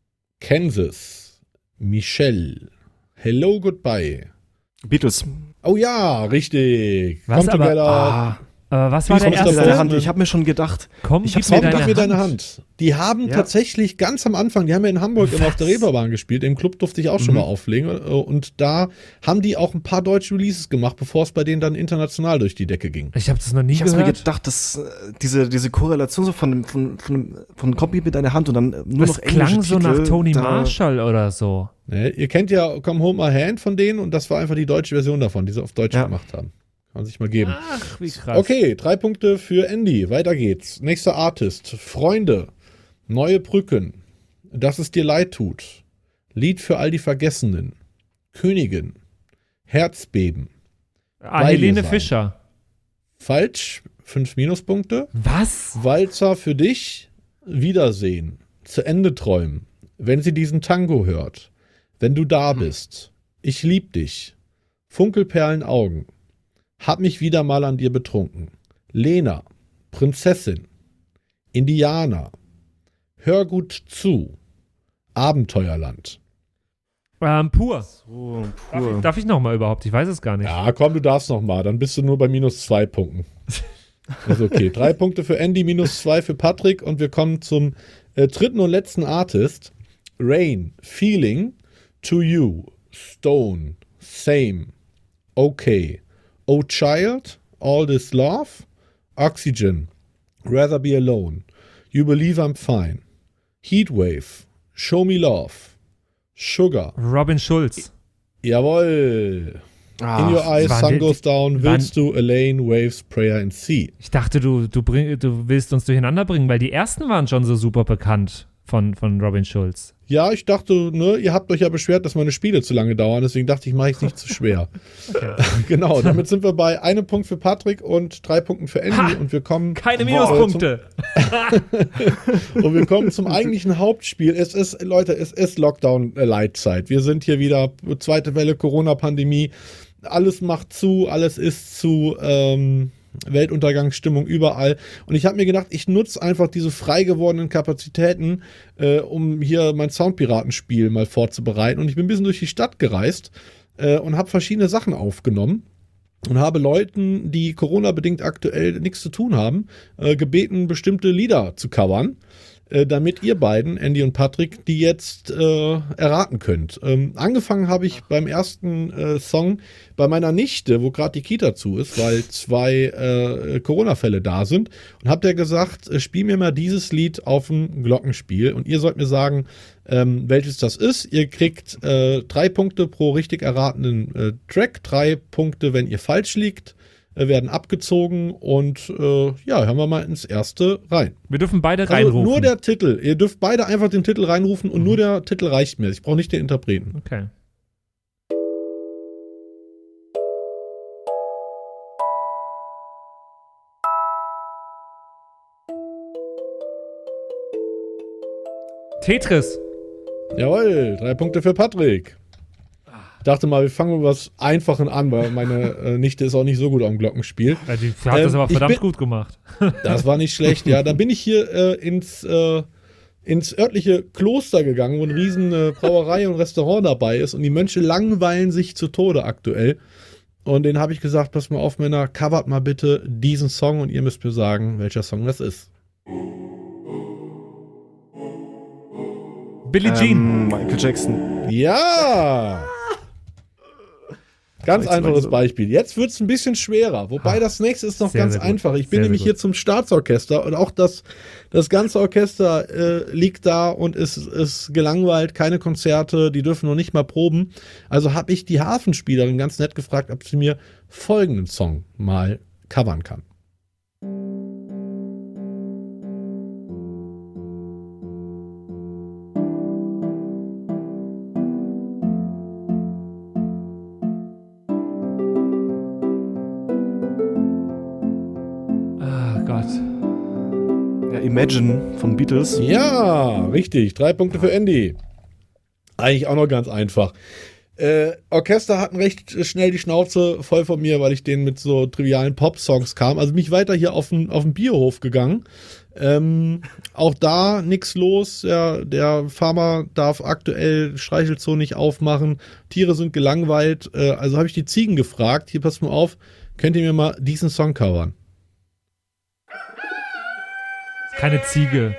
Kansas. Michelle. Hello, goodbye. Beatles. Oh ja, richtig. Was, Come aber- together. Ah, Aber was war der Please, Gib mir Mister deine erste? Hand. Ich habe mir schon gedacht. Komm, Ich gib hab's mir Komm, deine gib mir Hand. deine Hand. Die haben Ja. tatsächlich ganz am Anfang, die haben ja in Hamburg immer auf der Reeperbahn gespielt, im Club durfte ich auch schon Mhm. mal auflegen und da haben die auch ein paar deutsche Releases gemacht, bevor es bei denen dann international durch die Decke ging. Ich habe das noch nie Ich habe mir gehört. gedacht, dass äh, diese, diese Korrelation so von, von, von, von Komm, gib mir deine Hand und dann äh, nur Das noch englische klang so Titel, nach Tony da, Marshall oder so. Ne, ihr kennt ja Come Home My Hand von denen und das war einfach die deutsche Version davon, die sie auf Deutsch Ja. gemacht haben. Kann man sich mal geben. Ach, wie krass. Okay, drei Punkte für Andy. Weiter geht's. Nächster Artist. Freunde. Neue Brücken. Dass es dir leid tut. Lied für all die Vergessenen. Königin. Herzbeben. Ah, Helene Fischer. Falsch. Fünf Minuspunkte. Was? Walzer für dich. Wiedersehen. Zu Ende träumen. Wenn sie diesen Tango hört. Wenn du da bist. Ich lieb dich. Funkelperlen Augen. Hab mich wieder mal an dir betrunken. Lena. Prinzessin. Indianer. Hör gut zu. Abenteuerland. Ähm, pur. Oh, Darf pur. ich, darf ich nochmal überhaupt? Ich weiß es gar nicht. Ja, komm, du darfst noch mal. Dann bist du nur bei minus zwei Punkten. Ist okay. Drei Punkte für Andy, minus zwei für Patrick. Und wir kommen zum äh, dritten und letzten Artist. Rain. Feeling. To You. Stone. Same. Okay. Oh Child. All This Love. Oxygen. Rather Be Alone. You Believe I'm Fine. Heatwave. Show Me Love. Sugar. Robin Schulz. Jawohl. Ah, In Your Eyes, waren Sun die- Goes Down, waren- Willst du, Elaine, Waves, Prayer and Sea. Ich dachte, du, du, bring, du willst uns durcheinander bringen, weil die ersten waren schon so super bekannt von, von Robin Schulz. Ja, ich dachte, ne, ihr habt euch ja beschwert, dass meine Spiele zu lange dauern, deswegen dachte ich, mache ich es nicht zu schwer. Genau, damit sind wir bei einem Punkt für Patrick und drei Punkten für Andy Ha! und wir kommen Keine Boah. Minuspunkte. und wir kommen zum eigentlichen Hauptspiel. Es ist, Leute, es ist Lockdown-Leitzeit. Wir sind hier wieder, zweite Welle Corona-Pandemie. Alles macht zu, alles ist zu, ähm, Weltuntergangsstimmung überall. Und ich habe mir gedacht, ich nutze einfach diese frei gewordenen Kapazitäten, äh, um hier mein Soundpiratenspiel mal vorzubereiten. Und ich bin ein bisschen durch die Stadt gereist äh, und habe verschiedene Sachen aufgenommen. Und habe Leuten, die Corona-bedingt aktuell nichts zu tun haben, äh, gebeten, bestimmte Lieder zu covern, äh, damit ihr beiden, Andy und Patrick, die jetzt äh, erraten könnt. Ähm, angefangen habe ich beim ersten äh, Song bei meiner Nichte, wo gerade die Kita zu ist, weil zwei äh, Corona-Fälle da sind. Und habe der gesagt, äh, spiel mir mal dieses Lied auf dem Glockenspiel. Und ihr sollt mir sagen, ähm, welches das ist. Ihr kriegt äh, drei Punkte pro richtig erratenen äh, Track, drei Punkte, wenn ihr falsch liegt, äh, werden abgezogen und äh, ja, hören wir mal ins erste rein. Wir dürfen beide Also reinrufen. nur der Titel. Ihr dürft beide einfach den Titel reinrufen und Mhm. nur der Titel reicht mir. Ich brauche nicht den Interpreten. Okay. Tetris. Jawohl, drei Punkte für Patrick. Ich dachte mal, wir fangen mit was Einfachen an, weil meine äh, Nichte ist auch nicht so gut am Glockenspiel. Ja, die hat das Ähm, aber ich verdammt bin- gut gemacht. Das war nicht schlecht. Ja, dann bin ich hier äh, ins, äh, ins örtliche Kloster gegangen, wo eine riesen äh, Brauerei und Restaurant dabei ist und die Mönche langweilen sich zu Tode aktuell. Und denen habe ich gesagt, pass mal auf, Männer, covert mal bitte diesen Song und ihr müsst mir sagen, welcher Song das ist. Billie Jean. Ähm, Michael Jackson. Ja! Ganz Zwei, zwei, einfaches so. Beispiel. Jetzt wird es ein bisschen schwerer, wobei Ha. das nächste ist noch Sehr, ganz sehr gut. einfach. Ich bin Sehr, nämlich sehr hier gut. zum Staatsorchester und auch das, das ganze Orchester äh, liegt da und ist, ist gelangweilt, keine Konzerte, die dürfen noch nicht mal proben. Also habe ich die Hafenspielerin ganz nett gefragt, ob sie mir folgenden Song mal covern kann. Ah Gott. Ja, Imagine von Beatles. Ja, richtig. Drei Punkte für Andy. Eigentlich auch noch ganz einfach. Äh, Orchester hatten recht schnell die Schnauze voll von mir, weil ich denen mit so trivialen Pop-Songs kam. Also mich weiter hier auf den, auf den Bierhof gegangen. Ähm, auch da nichts los. Ja, der Farmer darf aktuell Streichelzoo nicht aufmachen. Tiere sind gelangweilt. Äh, also habe ich die Ziegen gefragt. Hier, passt mal auf. Könnt ihr mir mal diesen Song covern? Keine Ziege.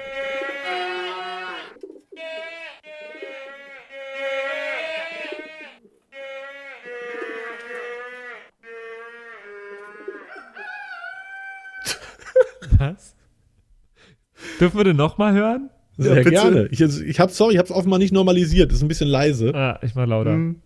Was? Dürfen wir den nochmal hören? Sehr bitte. gerne. Ich, ich hab, sorry, ich hab's offenbar nicht normalisiert. Ist ein bisschen leise. Ah, ich mach lauter. Hm.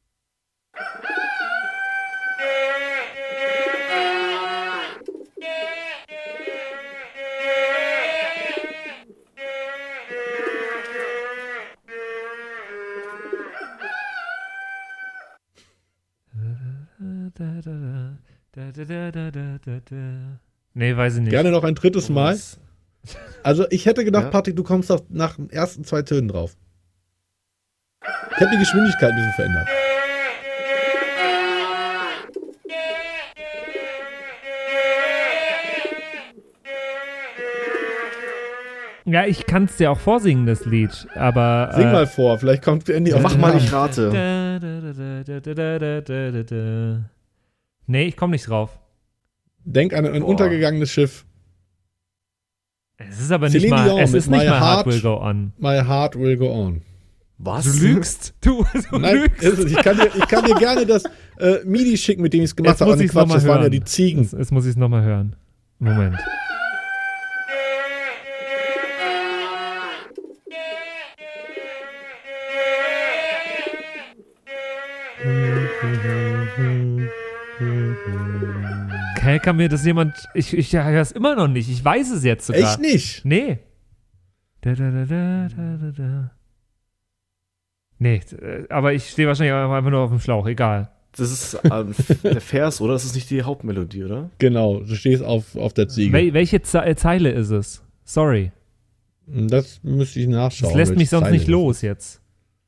Nee, weiß ich nicht. Gerne noch ein drittes Mal. Was? Also ich hätte gedacht, Ja. Patrick, du kommst doch nach den ersten zwei Tönen drauf. Ich habe die Geschwindigkeit ein bisschen verändert. Ja, ich kann es dir auch vorsingen, das Lied, aber... Sing äh, mal vor, vielleicht kommt Andy auf Mach den mal, Namen. ich rate. Da, da, da, da, da, da, da, da, da, da. Nee, ich komme nicht drauf. Denk an ein Boah. untergegangenes Schiff. Es ist aber Celine nicht mal, Dion es mit ist nicht My mal Hard Heart. Will Go On. My heart will go on. Was? Du lügst. Du, du Nein, lügst. ist es. Ich, kann dir, ich kann dir gerne das äh, MIDI schicken, mit dem ich es gemacht Jetzt habe. muss aber ich's Quatsch, noch mal das waren ja hören. die Ziegen. Jetzt, jetzt muss ich es nochmal hören. Moment. Okay, kann mir das jemand... Ich, ich höre es immer noch nicht. Ich weiß es jetzt sogar. Echt nicht? Nee. Da, da, da, da, da, da, da. Nee, äh, aber ich stehe wahrscheinlich auch einfach nur auf dem Schlauch. Egal. Das ist ähm, der Vers, oder? Das ist nicht die Hauptmelodie, oder? Genau, du stehst auf, auf der Ziege. Wel welche Ze äh, Zeile ist es? Sorry. Das müsste ich nachschauen. Das lässt welche mich sonst Zeile nicht das los ist. jetzt.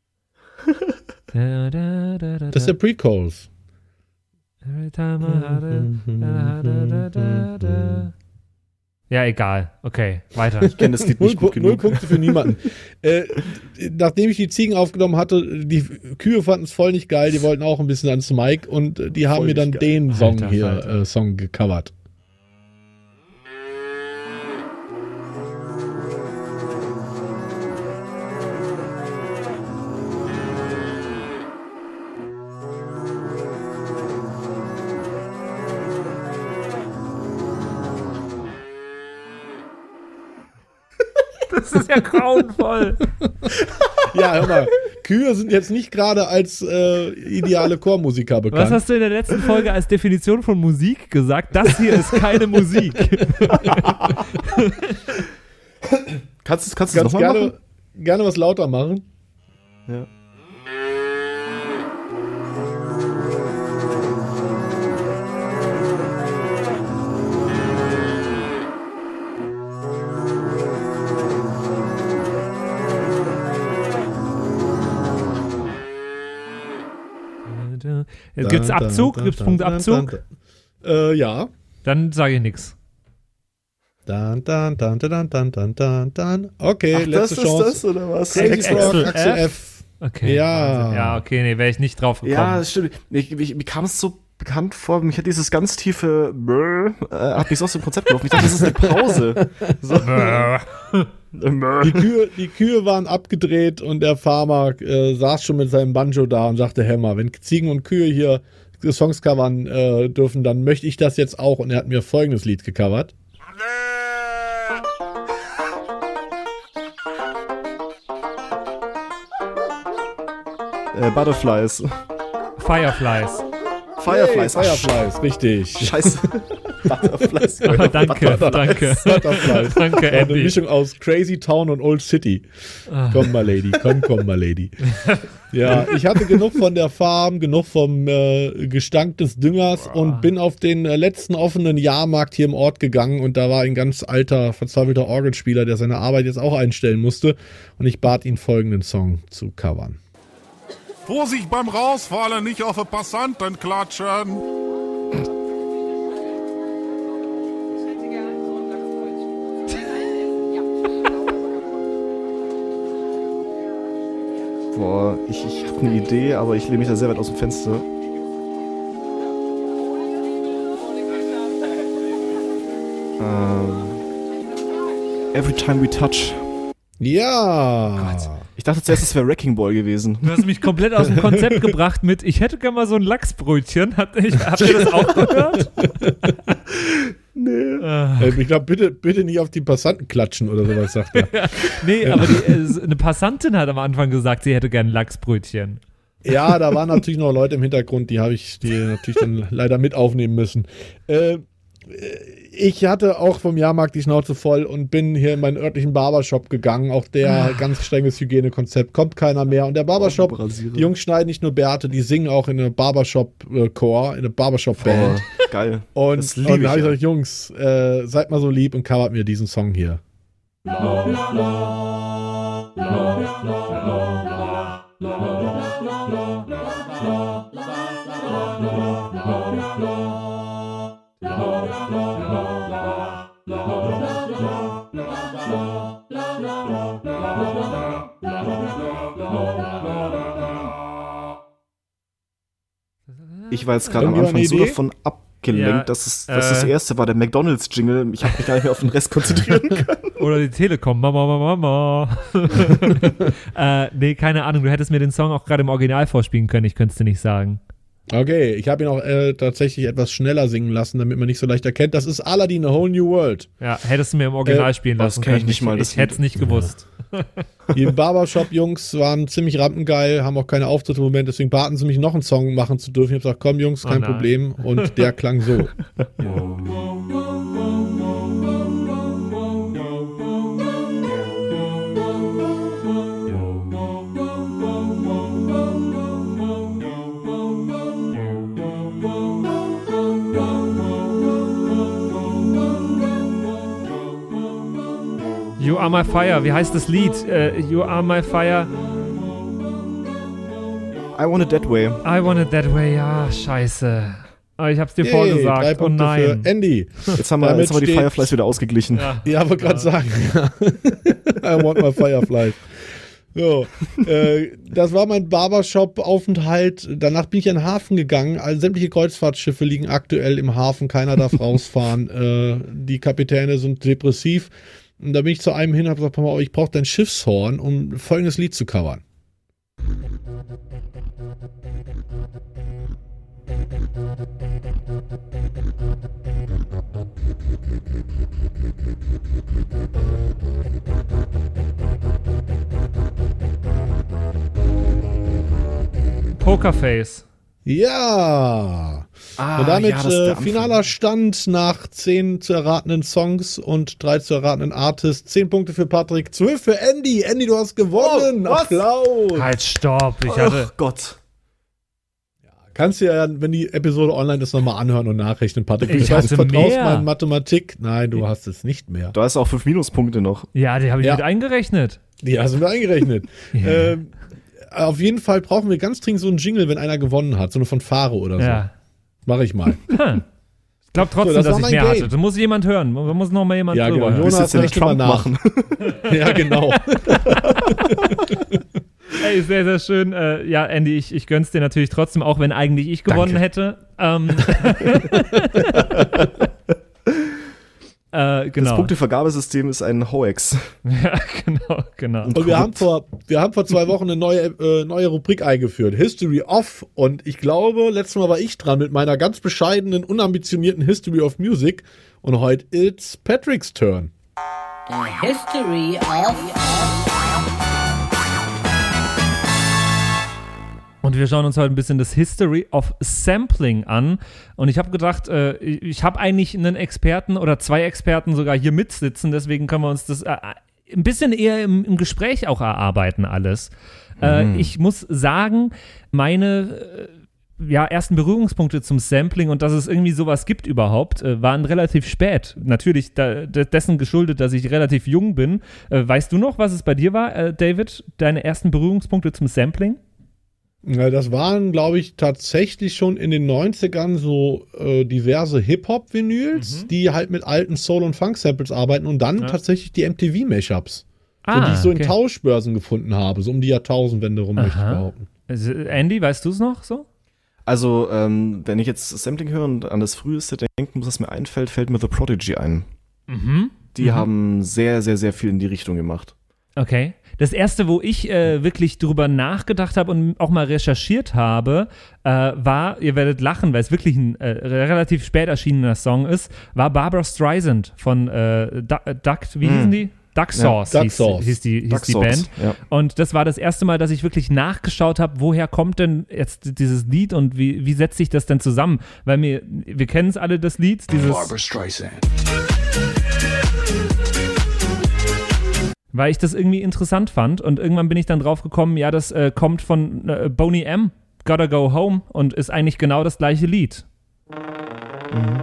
Da, da, da, da, Das ist der Pre-Chorus. Every time I had it, da, da, da, da, da. Ja, egal. Okay, weiter. Ich kenne das Lied Null, nicht gut Pu- null genug. Punkte für niemanden. äh, nachdem ich die Ziegen aufgenommen hatte, die Kühe fanden es voll nicht geil, die wollten auch ein bisschen ans Mike und äh, die haben Voll mir dann nicht geil. den Song Alter, hier Falter. äh, Song gecovert. Das ist ja grauenvoll. Ja, hör mal, Kühe sind jetzt nicht gerade als äh, ideale Chormusiker bekannt. Was hast du in der letzten Folge als Definition von Musik gesagt? Das hier ist keine Musik. Kannst du kannst du Ganz nochmal gerne, machen? gerne was lauter machen. Ja. Gibt's Abzug? Gibt's Punktabzug? Äh, ja. Dann sage ich nichts. Dann, dann, dann, dann, dann, dann, dann, dann. Okay, Ach, letzte das Chance. ist das, oder was? Crazy Axel Frog, Axel F. F. Okay. Ja. Wahnsinn. Ja, okay, nee, wäre ich nicht drauf gekommen. Ja, das stimmt. Ich, ich, mir kam es so bekannt vor, mich hat dieses ganz tiefe Brrr, äh, hat mich so aus dem Konzept geworfen. Ich dachte, das ist eine Pause. So. Die Kühe, die Kühe waren abgedreht und der Farmer äh, saß schon mit seinem Banjo da und sagte, Hämmer, wenn Ziegen und Kühe hier Songs covern äh, dürfen, dann möchte ich das jetzt auch. Und er hat mir folgendes Lied gecovert. Äh, Butterflies. Fireflies. Fireflies. Hey, Fireflies, richtig. Scheiße. Butterflies. Ah, danke, danke. Butterflies. Danke, Eine Andy. Mischung aus Crazy Town und Old City. Komm mal, Lady. Komm, komm mal, Lady. Ja, ich hatte genug von der Farm, genug vom äh, Gestank des Düngers und bin auf den äh, letzten offenen Jahrmarkt hier im Ort gegangen und da war ein ganz alter, verzweifelter Orgelspieler, der seine Arbeit jetzt auch einstellen musste und ich bat ihn, folgenden Song zu covern. Vorsicht beim Rausfallen, nicht auf die Passanten klatschen. Boah, ich, ich habe eine Idee, aber ich lehne mich da sehr weit aus dem Fenster. Ähm, Every Time We Touch. Ja. Ich dachte zuerst, es wäre Wrecking Ball gewesen. Du hast mich komplett aus dem Konzept gebracht mit, ich hätte gerne mal so ein Lachsbrötchen. Hat, ich, habt ihr das auch gehört? Nee. Äh, ich glaube, bitte, bitte nicht auf die Passanten klatschen oder sowas, sagt er. Nee, aber die, äh, eine Passantin hat am Anfang gesagt, sie hätte gerne ein Lachsbrötchen. Ja, da waren natürlich noch Leute im Hintergrund, die habe ich die natürlich dann leider mit aufnehmen müssen. Äh, ich hatte auch vom Jahrmarkt die Schnauze voll und bin hier in meinen örtlichen Barbershop gegangen. Auch der Ah. ganz strenges Hygienekonzept, kommt keiner mehr. Und der Barbershop, Augenbrasiere. die Jungs schneiden nicht nur Bärte, die singen auch in einer Barbershop-Chor, in einer Barbershop-Band. Oh, geil. Und, Das und liebe da habe ich ich. gesagt, Jungs, äh, seid mal so lieb und covert mir diesen Song hier. Ich war jetzt gerade am Irgendjemand Anfang so eine Idee? davon abgelenkt, Ja, dass es dass äh, das erste war, der McDonalds-Jingle. Ich habe mich gar nicht mehr auf den Rest konzentrieren können. Oder die Telekom, Mama, Mama, Mama. äh, nee, keine Ahnung, du hättest mir den Song auch gerade im Original vorspielen können, ich könnte es dir nicht sagen. Okay, ich habe ihn auch äh, tatsächlich etwas schneller singen lassen, damit man nicht so leicht erkennt. Das ist Aladdin, A Whole New World. Ja, hättest du mir im Original Äh, spielen das lassen kenn ich können. nicht mal, das Ich hätte es nicht gewusst. Die Barbershop-Jungs waren ziemlich rampengeil, haben auch keine Auftritte im Moment, deswegen baten sie mich, noch einen Song machen zu dürfen. Ich habe gesagt, komm Jungs, kein Oh nein. Problem. Und der klang so. You Are My Fire, wie heißt das Lied? Äh, you Are My Fire, I Want It That Way. I Want It That Way, ja, scheiße. Aber ich hab's dir Yay, vorgesagt, drei oh Punkte nein. für Andy. Jetzt haben wir, Damit jetzt haben wir die steht- Fireflies wieder ausgeglichen. Ja. Ja, wollte gerade sagen. I want my Firefly. So, äh, das war mein Barbershop-Aufenthalt. Danach bin ich in den Hafen gegangen. Also sämtliche Kreuzfahrtschiffe liegen aktuell im Hafen. Keiner darf rausfahren. Äh, die Kapitäne sind depressiv. Und da bin ich zu einem hin und habe gesagt, pass mal auf, ich brauche dein Schiffshorn, um folgendes Lied zu covern. Pokerface. Ja! Ah, Und damit ja, das ist der äh, Anfang. finaler Stand nach zehn zu erratenen Songs und drei zu erratenen Artists. Zehn Punkte für Patrick, zwölf für Andy. Andy, du hast gewonnen. Oh, was? Applaus. Halt, stopp. Ich hatte, Oh Gott. Kannst du ja, wenn die Episode online ist, nochmal anhören und nachrechnen, Patrick. Ich Ich weiß, du hatte vertraust mehr. meiner Mathematik. Nein, du hast es nicht mehr. Da ist auch fünf Minuspunkte noch. ja, die habe ich Ja. mit eingerechnet. Die hast du mir eingerechnet. Ja. ähm, auf jeden Fall brauchen wir ganz dringend so einen Jingle, wenn einer gewonnen hat. So eine Fanfare oder so. Ja. Mach ich mal. Hm. Ich glaube trotzdem, So, das dass war ich mein mehr Game. hatte. Da muss jemand hören. Da muss noch mal jemand Ja, drüber genau. hören. Willst du Jonas, jetzt den rechne mal Trump nach. machen? Ja, genau. Ey, sehr, sehr schön. Äh, ja, Andy, ich, ich gönn's dir natürlich trotzdem, auch wenn eigentlich ich gewonnen Danke. hätte. Ähm, Äh, genau. Das Punktevergabesystem ist ein Hoax. Ja, genau, genau. Und wir haben vor, wir haben vor zwei Wochen eine neue, äh, neue Rubrik eingeführt, History of. Und ich glaube, letztes Mal war ich dran mit meiner ganz bescheidenen, unambitionierten History of Music. Und heute it's Patricks Turn. The History of... Und wir schauen uns heute ein bisschen das History of Sampling an. Und ich habe gedacht, äh, ich habe eigentlich einen Experten oder zwei Experten sogar hier mitsitzen. Deswegen können wir uns das äh, ein bisschen eher im, im Gespräch auch erarbeiten alles. Mhm. Äh, ich muss sagen, meine äh, ja, ersten Berührungspunkte zum Sampling und dass es irgendwie sowas gibt überhaupt, äh, waren relativ spät. Natürlich da, dessen geschuldet, dass ich relativ jung bin. Äh, weißt du noch, was es bei dir war, äh, David? Deine ersten Berührungspunkte zum Sampling? Ja, das waren, glaube ich, tatsächlich schon in den neunzigern so äh, diverse Hip-Hop-Vinyls, mhm. die halt mit alten Soul- und Funk-Samples arbeiten und dann ja. tatsächlich die M T V-Mashups, ah, so, die ich so okay. in Tauschbörsen gefunden habe, so um die Jahrtausendwende rum, Aha. möchte ich behaupten. Also, Andy, weißt du es noch so? Also, ähm, wenn ich jetzt Sampling höre und an das früheste denken muss, was mir einfällt, fällt mir The Prodigy ein. Mhm. Die mhm. haben sehr, sehr, sehr viel in die Richtung gemacht. Okay. Das erste, wo ich äh, wirklich drüber nachgedacht habe und auch mal recherchiert habe, äh, war, ihr werdet lachen, weil es wirklich ein äh, relativ spät erschienener Song ist, war Barbra Streisand von äh, Duck, Duck, wie hießen die? Duck Sauce, ja, Duck hieß, Sauce. hieß die, hieß Duck die Sauce, Band. ja. Und das war das erste Mal, dass ich wirklich nachgeschaut habe, woher kommt denn jetzt dieses Lied und wie, wie setzt sich das denn zusammen? Weil wir, wir kennen es alle, das Lied, dieses Barbra Streisand. Weil ich das irgendwie interessant fand und irgendwann bin ich dann drauf gekommen, ja, das äh, kommt von äh, Boney M, Gotta Go Home und ist eigentlich genau das gleiche Lied. Mhm.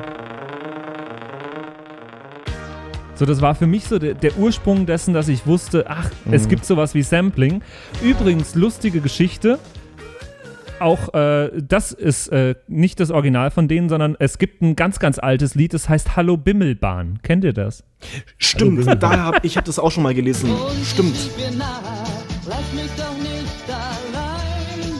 So, das war für mich so der, der Ursprung dessen, dass ich wusste, ach, mhm. es gibt sowas wie Sampling. Übrigens, lustige Geschichte, auch äh, das ist äh, nicht das Original von denen, sondern es gibt ein ganz, ganz altes Lied, das heißt Hallo Bimmelbahn. Kennt ihr das? Stimmt, da hab, ich habe das auch schon mal gelesen. Stimmt. Lass mich doch nicht allein.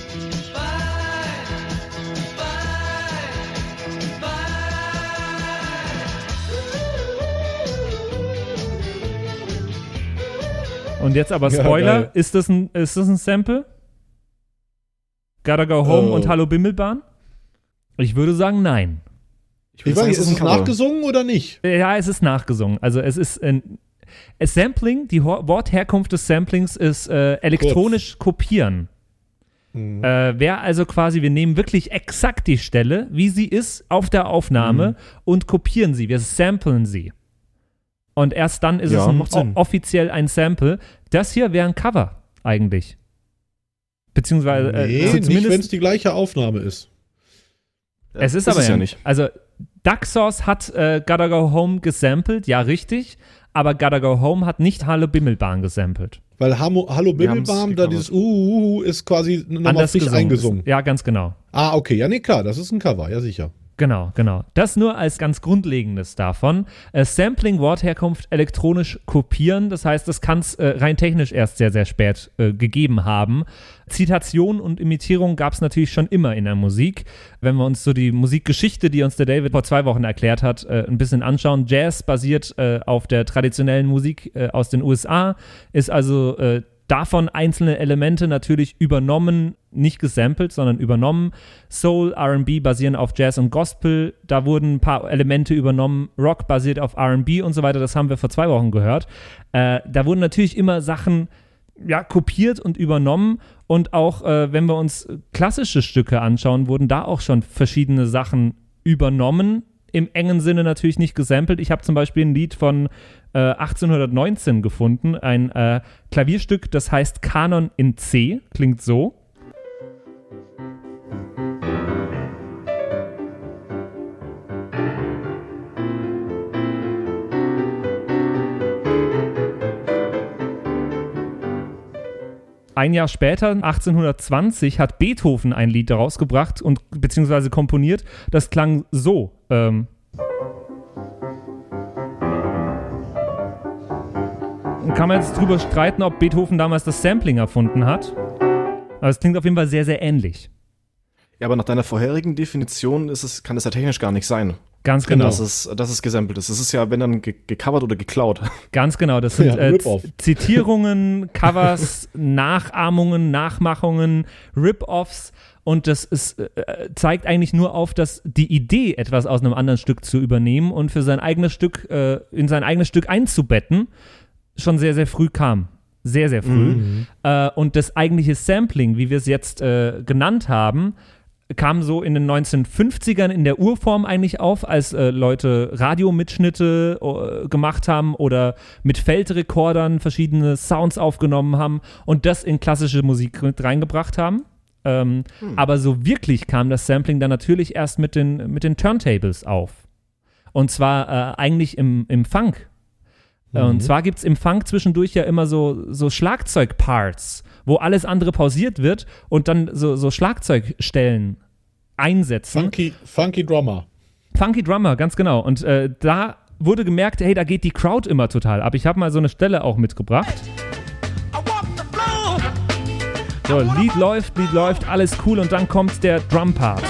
Und jetzt aber Spoiler, ja, ist, das ein, ist das ein Sample? Gotta Go Home oh. und Hallo Bimmelbahn? Ich würde sagen, nein. Ich, ich weiß nicht, ist es nachgesungen oder nicht? Ja, es ist nachgesungen. Also es ist ein Sampling, die Ho- Wortherkunft des Samplings ist äh, elektronisch Kurz. kopieren. Mhm. Äh, Wäre also quasi, wir nehmen wirklich exakt die Stelle, wie sie ist, auf der Aufnahme mhm. und kopieren sie. Wir samplen sie. Und erst dann ist ja, es ein, o- offiziell ein Sample. Das hier wäre ein Cover eigentlich. Beziehungsweise nee, äh, also nicht, wenn es die gleiche Aufnahme ist. Ja, es ist, ist aber es ja nicht. Also Duck Sauce hat äh, Gotta Go Home gesampelt, ja richtig, aber Gotta Go Home hat nicht Hallo Bimmelbahn gesampelt. Weil Hallo, Hallo Bimmelbahn, da dieses Uhuhu ist quasi nochmal frisch eingesungen. Ist, ja, ganz genau. Ah, okay, ja nee, klar, das ist ein Cover, ja sicher. Genau, genau. Das nur als ganz Grundlegendes davon. Äh, Sampling, Wortherkunft, elektronisch kopieren. Das heißt, das kann es äh, rein technisch erst sehr, sehr spät äh, gegeben haben. Zitation und Imitierung gab es natürlich schon immer in der Musik. Wenn wir uns so die Musikgeschichte, die uns der David vor zwei Wochen erklärt hat, äh, ein bisschen anschauen. Jazz basiert äh, auf der traditionellen Musik äh, aus den U S A, ist also äh, davon einzelne Elemente natürlich übernommen, nicht gesampelt, sondern übernommen. Soul, R and B basieren auf Jazz und Gospel. Da wurden ein paar Elemente übernommen. Rock basiert auf R and B und so weiter. Das haben wir vor zwei Wochen gehört. Äh, da wurden natürlich immer Sachen ja, kopiert und übernommen. Und auch, äh, wenn wir uns klassische Stücke anschauen, wurden da auch schon verschiedene Sachen übernommen. Im engen Sinne natürlich nicht gesampelt. Ich habe zum Beispiel ein Lied von äh, achtzehnhundertneunzehn gefunden, ein äh, Klavierstück, das heißt Kanon in C, klingt so. Ein Jahr später, achtzehnhundertzwanzig, hat Beethoven ein Lied daraus gebracht und beziehungsweise komponiert. Das klang so. Ähm Kann man jetzt drüber streiten, ob Beethoven damals das Sampling erfunden hat. Aber es klingt auf jeden Fall sehr, sehr ähnlich. Ja, aber nach deiner vorherigen Definition ist es, kann das ja technisch gar nicht sein. Ganz genau. Das ist, das ist gesampelt. Das ist ja, wenn dann ge- gecovert oder geklaut. Ganz genau. Das sind Ja, äh, Rip-Off. Zitierungen, Covers, Nachahmungen, Nachmachungen, Rip-Offs. Und das ist, äh, zeigt eigentlich nur auf, dass die Idee, etwas aus einem anderen Stück zu übernehmen und für sein eigenes Stück, äh, in sein eigenes Stück einzubetten, schon sehr, sehr früh kam. Sehr, sehr früh. Mhm. Äh, und das eigentliche Sampling, wie wir es jetzt äh, genannt haben, kam so in den neunzehnhundertfünfzigern in der Urform eigentlich auf, als äh, Leute Radiomitschnitte äh, gemacht haben oder mit Feldrekordern verschiedene Sounds aufgenommen haben und das in klassische Musik mit reingebracht haben. Ähm, hm. Aber so wirklich kam das Sampling dann natürlich erst mit den, mit den Turntables auf. Und zwar äh, eigentlich im, im Funk. Mhm. Und zwar gibt es im Funk zwischendurch ja immer so, so Schlagzeugparts, wo alles andere pausiert wird und dann so, so Schlagzeugstellen einsetzen. Funky, funky Drummer. Funky Drummer, ganz genau. Und äh, da wurde gemerkt, hey, da geht die Crowd immer total ab. Ich habe mal so eine Stelle auch mitgebracht. So, Lied läuft, Lied läuft, alles cool und dann kommt der Drum-Part.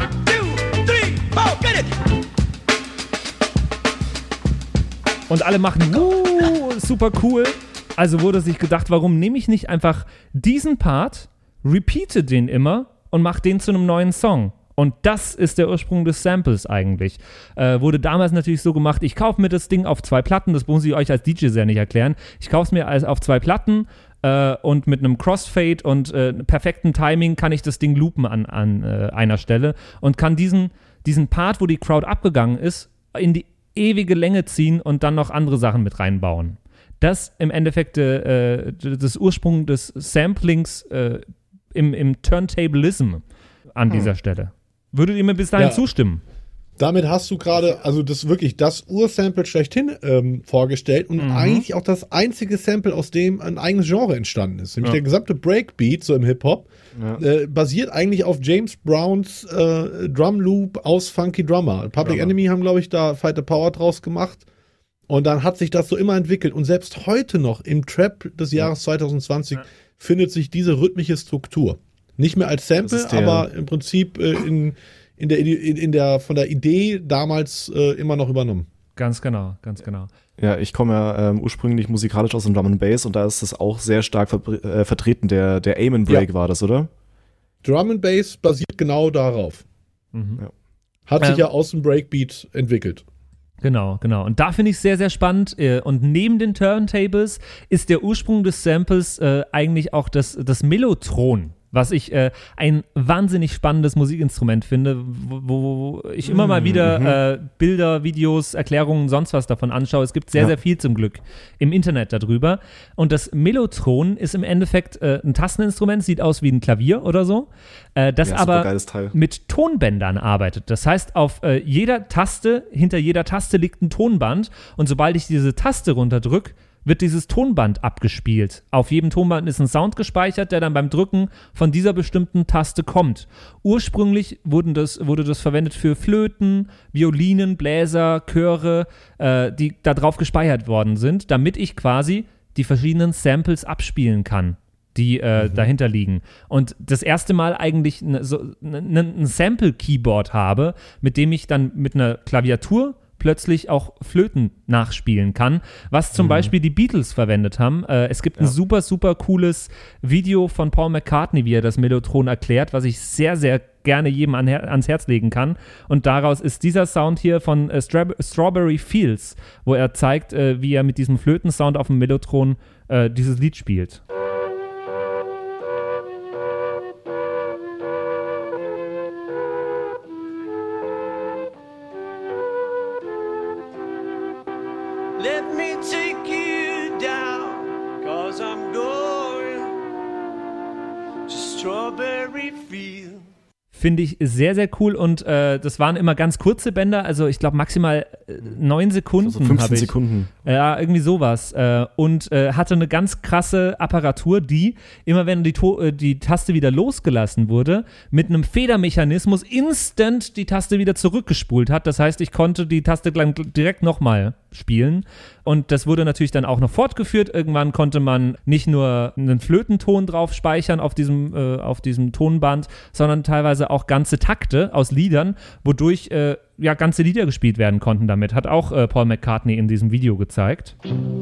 Und alle machen, wuh, super cool. Also wurde sich gedacht, warum nehme ich nicht einfach diesen Part, repeate den immer und mache den zu einem neuen Song. Und das ist der Ursprung des Samples eigentlich. Äh, wurde damals natürlich so gemacht, ich kaufe mir das Ding auf zwei Platten, das muss ich euch als D J sehr nicht erklären. Ich kaufe es mir als auf zwei Platten äh, und mit einem Crossfade und äh, perfektem Timing kann ich das Ding loopen an, an äh, einer Stelle und kann diesen, diesen Part, wo die Crowd abgegangen ist, in die ewige Länge ziehen und dann noch andere Sachen mit reinbauen. Das im Endeffekt äh, das Ursprung des Samplings äh, im, im Turntablism an hm. dieser Stelle. Würdet ihr mir bis dahin ja. zustimmen? Damit hast du gerade, also das wirklich das Ursample schlechthin ähm, vorgestellt und Mhm. eigentlich auch das einzige Sample, aus dem ein eigenes Genre entstanden ist. Nämlich Ja. der gesamte Breakbeat, so im Hip-Hop, Ja. äh, basiert eigentlich auf James Browns äh, Drum Loop aus Funky Drummer. Public Drummer. Enemy haben, glaube ich, da Fight the Power draus gemacht. Und dann hat sich das so immer entwickelt. Und selbst heute noch im Trap des Jahres zwanzig zwanzig Ja. findet sich diese rhythmische Struktur. Nicht mehr als Sample, Das ist der- aber im Prinzip äh, in, in, der, in, in der von der Idee damals äh, immer noch übernommen. Ganz genau, ganz genau. Ja, ich komme ja ähm, ursprünglich musikalisch aus dem Drum and Bass und da ist das auch sehr stark verbr- äh, vertreten. Der, der Aim and Break Ja. war das, oder? Drum and Bass basiert genau darauf. Mhm. Ja. Hat sich Ähm. ja aus dem Breakbeat entwickelt. Genau, genau. Und da finde ich es sehr, sehr spannend. äh, Und neben den Turntables ist der Ursprung des Samples äh, eigentlich auch das, das Mellotron, was ich äh, ein wahnsinnig spannendes Musikinstrument finde, wo, wo ich immer mal wieder äh, Bilder, Videos, Erklärungen, sonst was davon anschaue. Es gibt sehr, Ja. sehr viel zum Glück im Internet darüber. Und das Mellotron ist im Endeffekt äh, ein Tasteninstrument, sieht aus wie ein Klavier oder so, äh, das Ja, aber supergeiles Teil. mit Tonbändern arbeitet. Das heißt, auf äh, jeder Taste, hinter jeder Taste liegt ein Tonband und sobald ich diese Taste runterdrücke, wird dieses Tonband abgespielt. Auf jedem Tonband ist ein Sound gespeichert, der dann beim Drücken von dieser bestimmten Taste kommt. Ursprünglich wurden das, wurde das verwendet für Flöten, Violinen, Bläser, Chöre, äh, die da drauf gespeichert worden sind, damit ich quasi die verschiedenen Samples abspielen kann, die äh, mhm. dahinter liegen. Und das erste Mal eigentlich ne, so, ne, ne, ein Sample-Keyboard habe, mit dem ich dann mit einer Klaviatur plötzlich auch Flöten nachspielen kann, was zum mhm. Beispiel die Beatles verwendet haben. Äh, es gibt ja. ein super, super cooles Video von Paul McCartney, wie er das Mellotron erklärt, was ich sehr, sehr gerne jedem an, ans Herz legen kann. Und daraus ist dieser Sound hier von äh, Stra- Strawberry Fields, wo er zeigt, äh, wie er mit diesem Flötensound auf dem Mellotron äh, dieses Lied spielt. Let me take you down, cause I'm going to Strawberry Field. Finde ich sehr, sehr cool und äh, das waren immer ganz kurze Bänder, also ich glaube maximal äh, neun Sekunden. Also fünfzehn ich. Sekunden. Ja, irgendwie sowas. Äh, und äh, hatte eine ganz krasse Apparatur, die, immer wenn die, to- äh, die Taste wieder losgelassen wurde, mit einem Federmechanismus instant die Taste wieder zurückgespult hat. Das heißt, ich konnte die Taste gleich direkt nochmal spielen. Und das wurde natürlich dann auch noch fortgeführt. Irgendwann konnte man nicht nur einen Flötenton drauf speichern auf diesem, äh, auf diesem Tonband, sondern teilweise auch ganze Takte aus Liedern, wodurch äh, ja ganze Lieder gespielt werden konnten damit. Hat auch äh, Paul McCartney in diesem Video gezeigt.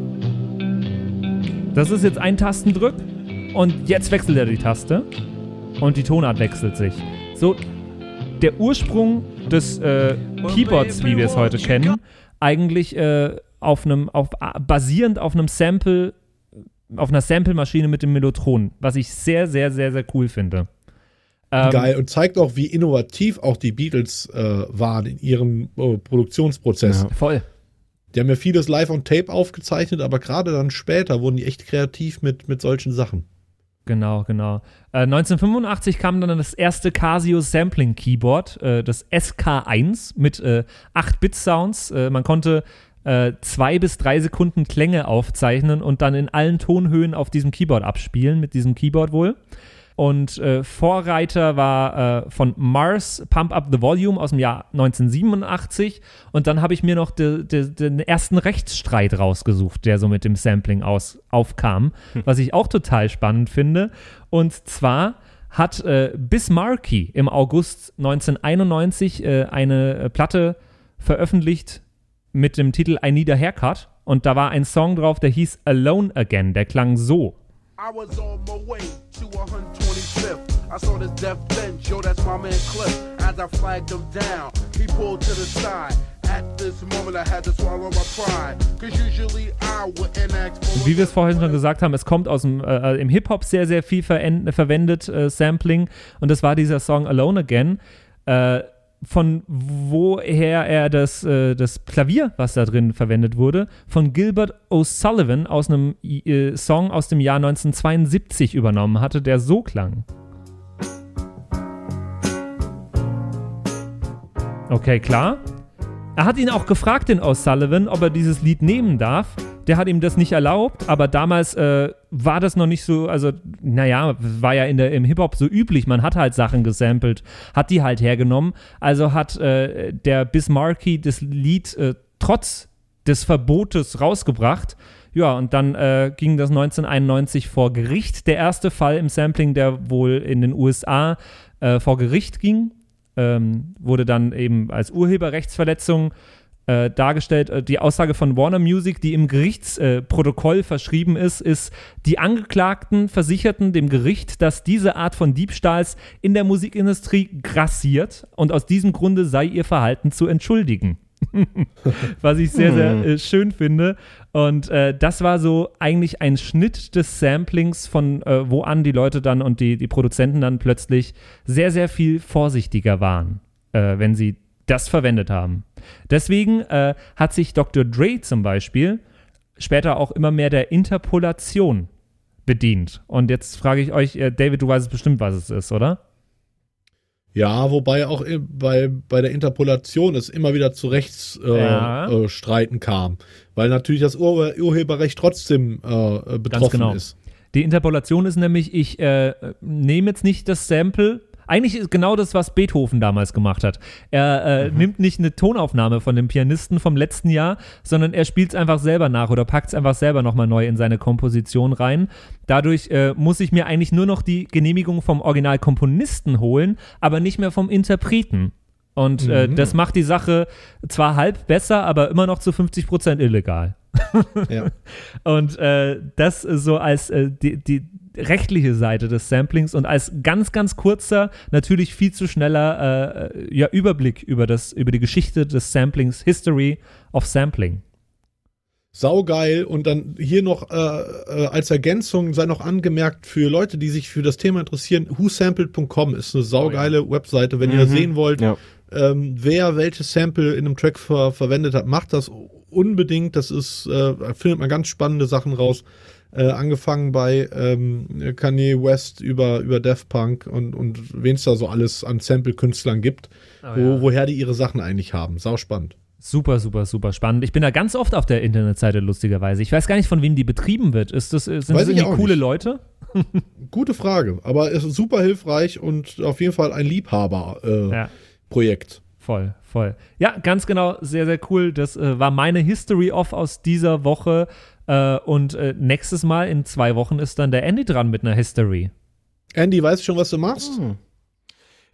Das ist jetzt ein Tastendrück und jetzt wechselt er die Taste und die Tonart wechselt sich. So, der Ursprung des äh, Keyboards, wie wir es heute kennen, eigentlich äh, auf einem, auf, basierend auf einem Sample, auf einer Sample-Maschine mit dem Mellotron, was ich sehr, sehr, sehr, sehr cool finde. Ähm, Geil, und zeigt auch, wie innovativ auch die Beatles äh, waren in ihrem äh, Produktionsprozess. Ja. Voll. Die haben ja vieles live on Tape aufgezeichnet, aber gerade dann später wurden die echt kreativ mit, mit solchen Sachen. Genau, genau. Äh, neunzehnhundertfünfundachtzig kam dann das erste Casio Sampling Keyboard, äh, das S K eins mit äh, acht Bit Sounds. Äh, man konnte äh, zwei bis drei Sekunden Klänge aufzeichnen und dann in allen Tonhöhen auf diesem Keyboard abspielen, mit diesem Keyboard wohl. Und äh, Vorreiter war äh, von Mars Pump Up the Volume aus dem Jahr neunzehnhundertsiebenundachtzig. Und dann habe ich mir noch de, de, den ersten Rechtsstreit rausgesucht, der so mit dem Sampling aus, aufkam, hm. was ich auch total spannend finde. Und zwar hat äh, Biz Markie im August neunzehnhunderteinundneunzig äh, eine äh, Platte veröffentlicht mit dem Titel I Need a Haircut. Und da war ein Song drauf, der hieß Alone Again. Der klang so. I was on my way to one twenty-fifth. I saw this death bench, yo, that's my man Cliff. As I flagged him down, he pulled to the side. At this moment I had to swallow my pride. Cause usually I wouldn't ask for. Wie wir es vorhin schon gesagt haben, es kommt aus dem, äh, im Hip-Hop sehr, sehr viel verend- verwendet, äh, Sampling. Und das war dieser Song Alone Again. Äh, von woher er das, äh, das Klavier, was da drin verwendet wurde, von Gilbert O'Sullivan aus einem äh, Song aus dem Jahr neunzehnhundertzweiundsiebzig übernommen hatte, der so klang. Okay, klar. Er hat ihn auch gefragt, den O'Sullivan, ob er dieses Lied nehmen darf. Der hat ihm das nicht erlaubt, aber damals äh, war das noch nicht so, also naja, war ja in der, im Hip-Hop so üblich, man hat halt Sachen gesampelt, hat die halt hergenommen, also hat äh, der Biz Markie das Lied äh, trotz des Verbotes rausgebracht. Ja, und dann äh, ging das neunzehnhunderteinundneunzig vor Gericht, der erste Fall im Sampling, der wohl in den U S A äh, vor Gericht ging, ähm, wurde dann eben als Urheberrechtsverletzung Äh, dargestellt. Äh, die Aussage von Warner Music, die im Gerichtsprotokoll äh, verschrieben ist, ist, die Angeklagten versicherten dem Gericht, dass diese Art von Diebstahls in der Musikindustrie grassiert und aus diesem Grunde sei ihr Verhalten zu entschuldigen. Was ich sehr, sehr äh, schön finde. Und äh, das war so eigentlich ein Schnitt des Samplings, von äh, wo an die Leute dann und die, die Produzenten dann plötzlich sehr, sehr viel vorsichtiger waren, äh, wenn sie das verwendet haben. Deswegen äh, hat sich Doktor Dre zum Beispiel später auch immer mehr der Interpolation bedient. Und jetzt frage ich euch, äh, David, du weißt bestimmt, was es ist, oder? Ja, wobei auch bei, bei der Interpolation es immer wieder zu Rechtsstreiten äh, ja. äh, Streiten kam. Weil natürlich das Ur- Urheberrecht trotzdem äh, betroffen Ganz genau. ist. Die Interpolation ist nämlich, ich äh, nehme jetzt nicht das Sample. Eigentlich ist genau das, was Beethoven damals gemacht hat. Er äh, mhm. nimmt nicht eine Tonaufnahme von dem Pianisten vom letzten Jahr, sondern er spielt es einfach selber nach oder packt es einfach selber nochmal neu in seine Komposition rein. Dadurch äh, muss ich mir eigentlich nur noch die Genehmigung vom Originalkomponisten holen, aber nicht mehr vom Interpreten. Und äh, mhm. das macht die Sache zwar halb besser, aber immer noch zu fünfzig Prozent illegal. Ja. Und äh, das so als äh, die, die rechtliche Seite des Samplings und als ganz, ganz kurzer, natürlich viel zu schneller äh, ja, Überblick über, das, über die Geschichte des Samplings, History of Sampling. Saugeil. Und dann hier noch äh, äh, als Ergänzung sei noch angemerkt für Leute, die sich für das Thema interessieren, who sampled punkt com ist eine saugeile oh, ja. Webseite, wenn mhm. ihr sehen wollt, ja. ähm, wer welches Sample in einem Track ver- verwendet hat, macht das unbedingt. Das ist, äh, findet man ganz spannende Sachen raus. Äh, angefangen bei ähm, Kanye West über, über Daft Punk und, und wen es da so alles an Sample-Künstlern gibt, oh, wo, ja. woher die ihre Sachen eigentlich haben. Sau spannend. Super, super, super spannend. Ich bin da ganz oft auf der Internetseite, lustigerweise. Ich weiß gar nicht, von wem die betrieben wird. Ist das, sind das irgendwie coole nicht. Leute? Gute Frage, aber es ist super hilfreich und auf jeden Fall ein Liebhaber-Projekt. Äh, ja. Voll, voll. Ja, ganz genau, sehr, sehr cool. Das äh, war meine History-Off aus dieser Woche. Äh, und äh, nächstes Mal in zwei Wochen ist dann der Andy dran mit einer History. Andy, weißt du schon, was du machst? Hm.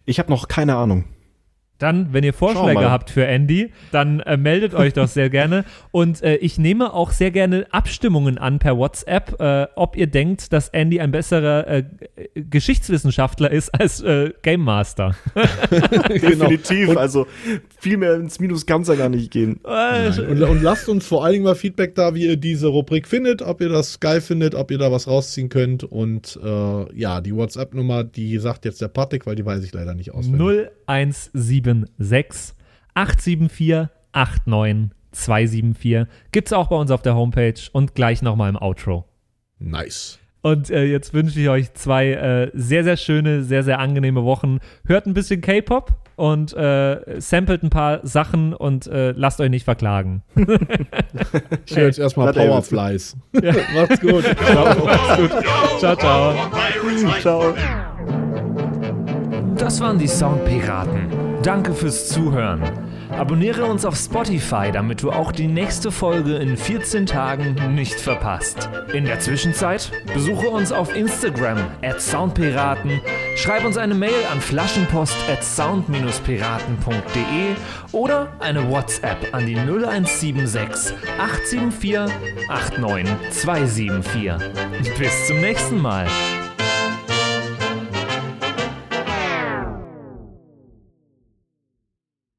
Ich habe noch keine Ahnung. Dann, wenn ihr Vorschläge habt für Andy, dann äh, meldet euch doch sehr gerne. Und äh, ich nehme auch sehr gerne Abstimmungen an per WhatsApp, äh, ob ihr denkt, dass Andy ein besserer äh, Geschichtswissenschaftler ist als äh, Game Master. Definitiv, genau. Also viel mehr ins Minus kann es ja gar nicht gehen. Und, und lasst uns vor allen Dingen mal Feedback da, wie ihr diese Rubrik findet, ob ihr das geil findet, ob ihr da was rausziehen könnt. Und äh, ja, die WhatsApp-Nummer, die sagt jetzt der Patrick, weil die weiß ich leider nicht auswendig. null eins sieben sechs acht sieben vier acht neun zwei sieben vier gibt's auch bei uns auf der Homepage und gleich nochmal im Outro. Nice. Und äh, jetzt wünsche ich euch zwei äh, sehr, sehr schöne, sehr, sehr angenehme Wochen. Hört ein bisschen K-Pop und äh, samplet ein paar Sachen und äh, lasst euch nicht verklagen. Ich höre jetzt erstmal Powerflies. Ja. Macht's gut. Ciao, macht's gut. Ciao, ciao. Ciao. Das waren die Soundpiraten. Danke fürs Zuhören. Abonniere uns auf Spotify, damit du auch die nächste Folge in vierzehn Tagen nicht verpasst. In der Zwischenzeit besuche uns auf Instagram at soundpiraten, schreib uns eine Mail an flaschenpost at sound piraten punkt de oder eine WhatsApp an die null eins sieben sechs acht sieben vier acht neun zwei sieben vier. Bis zum nächsten Mal.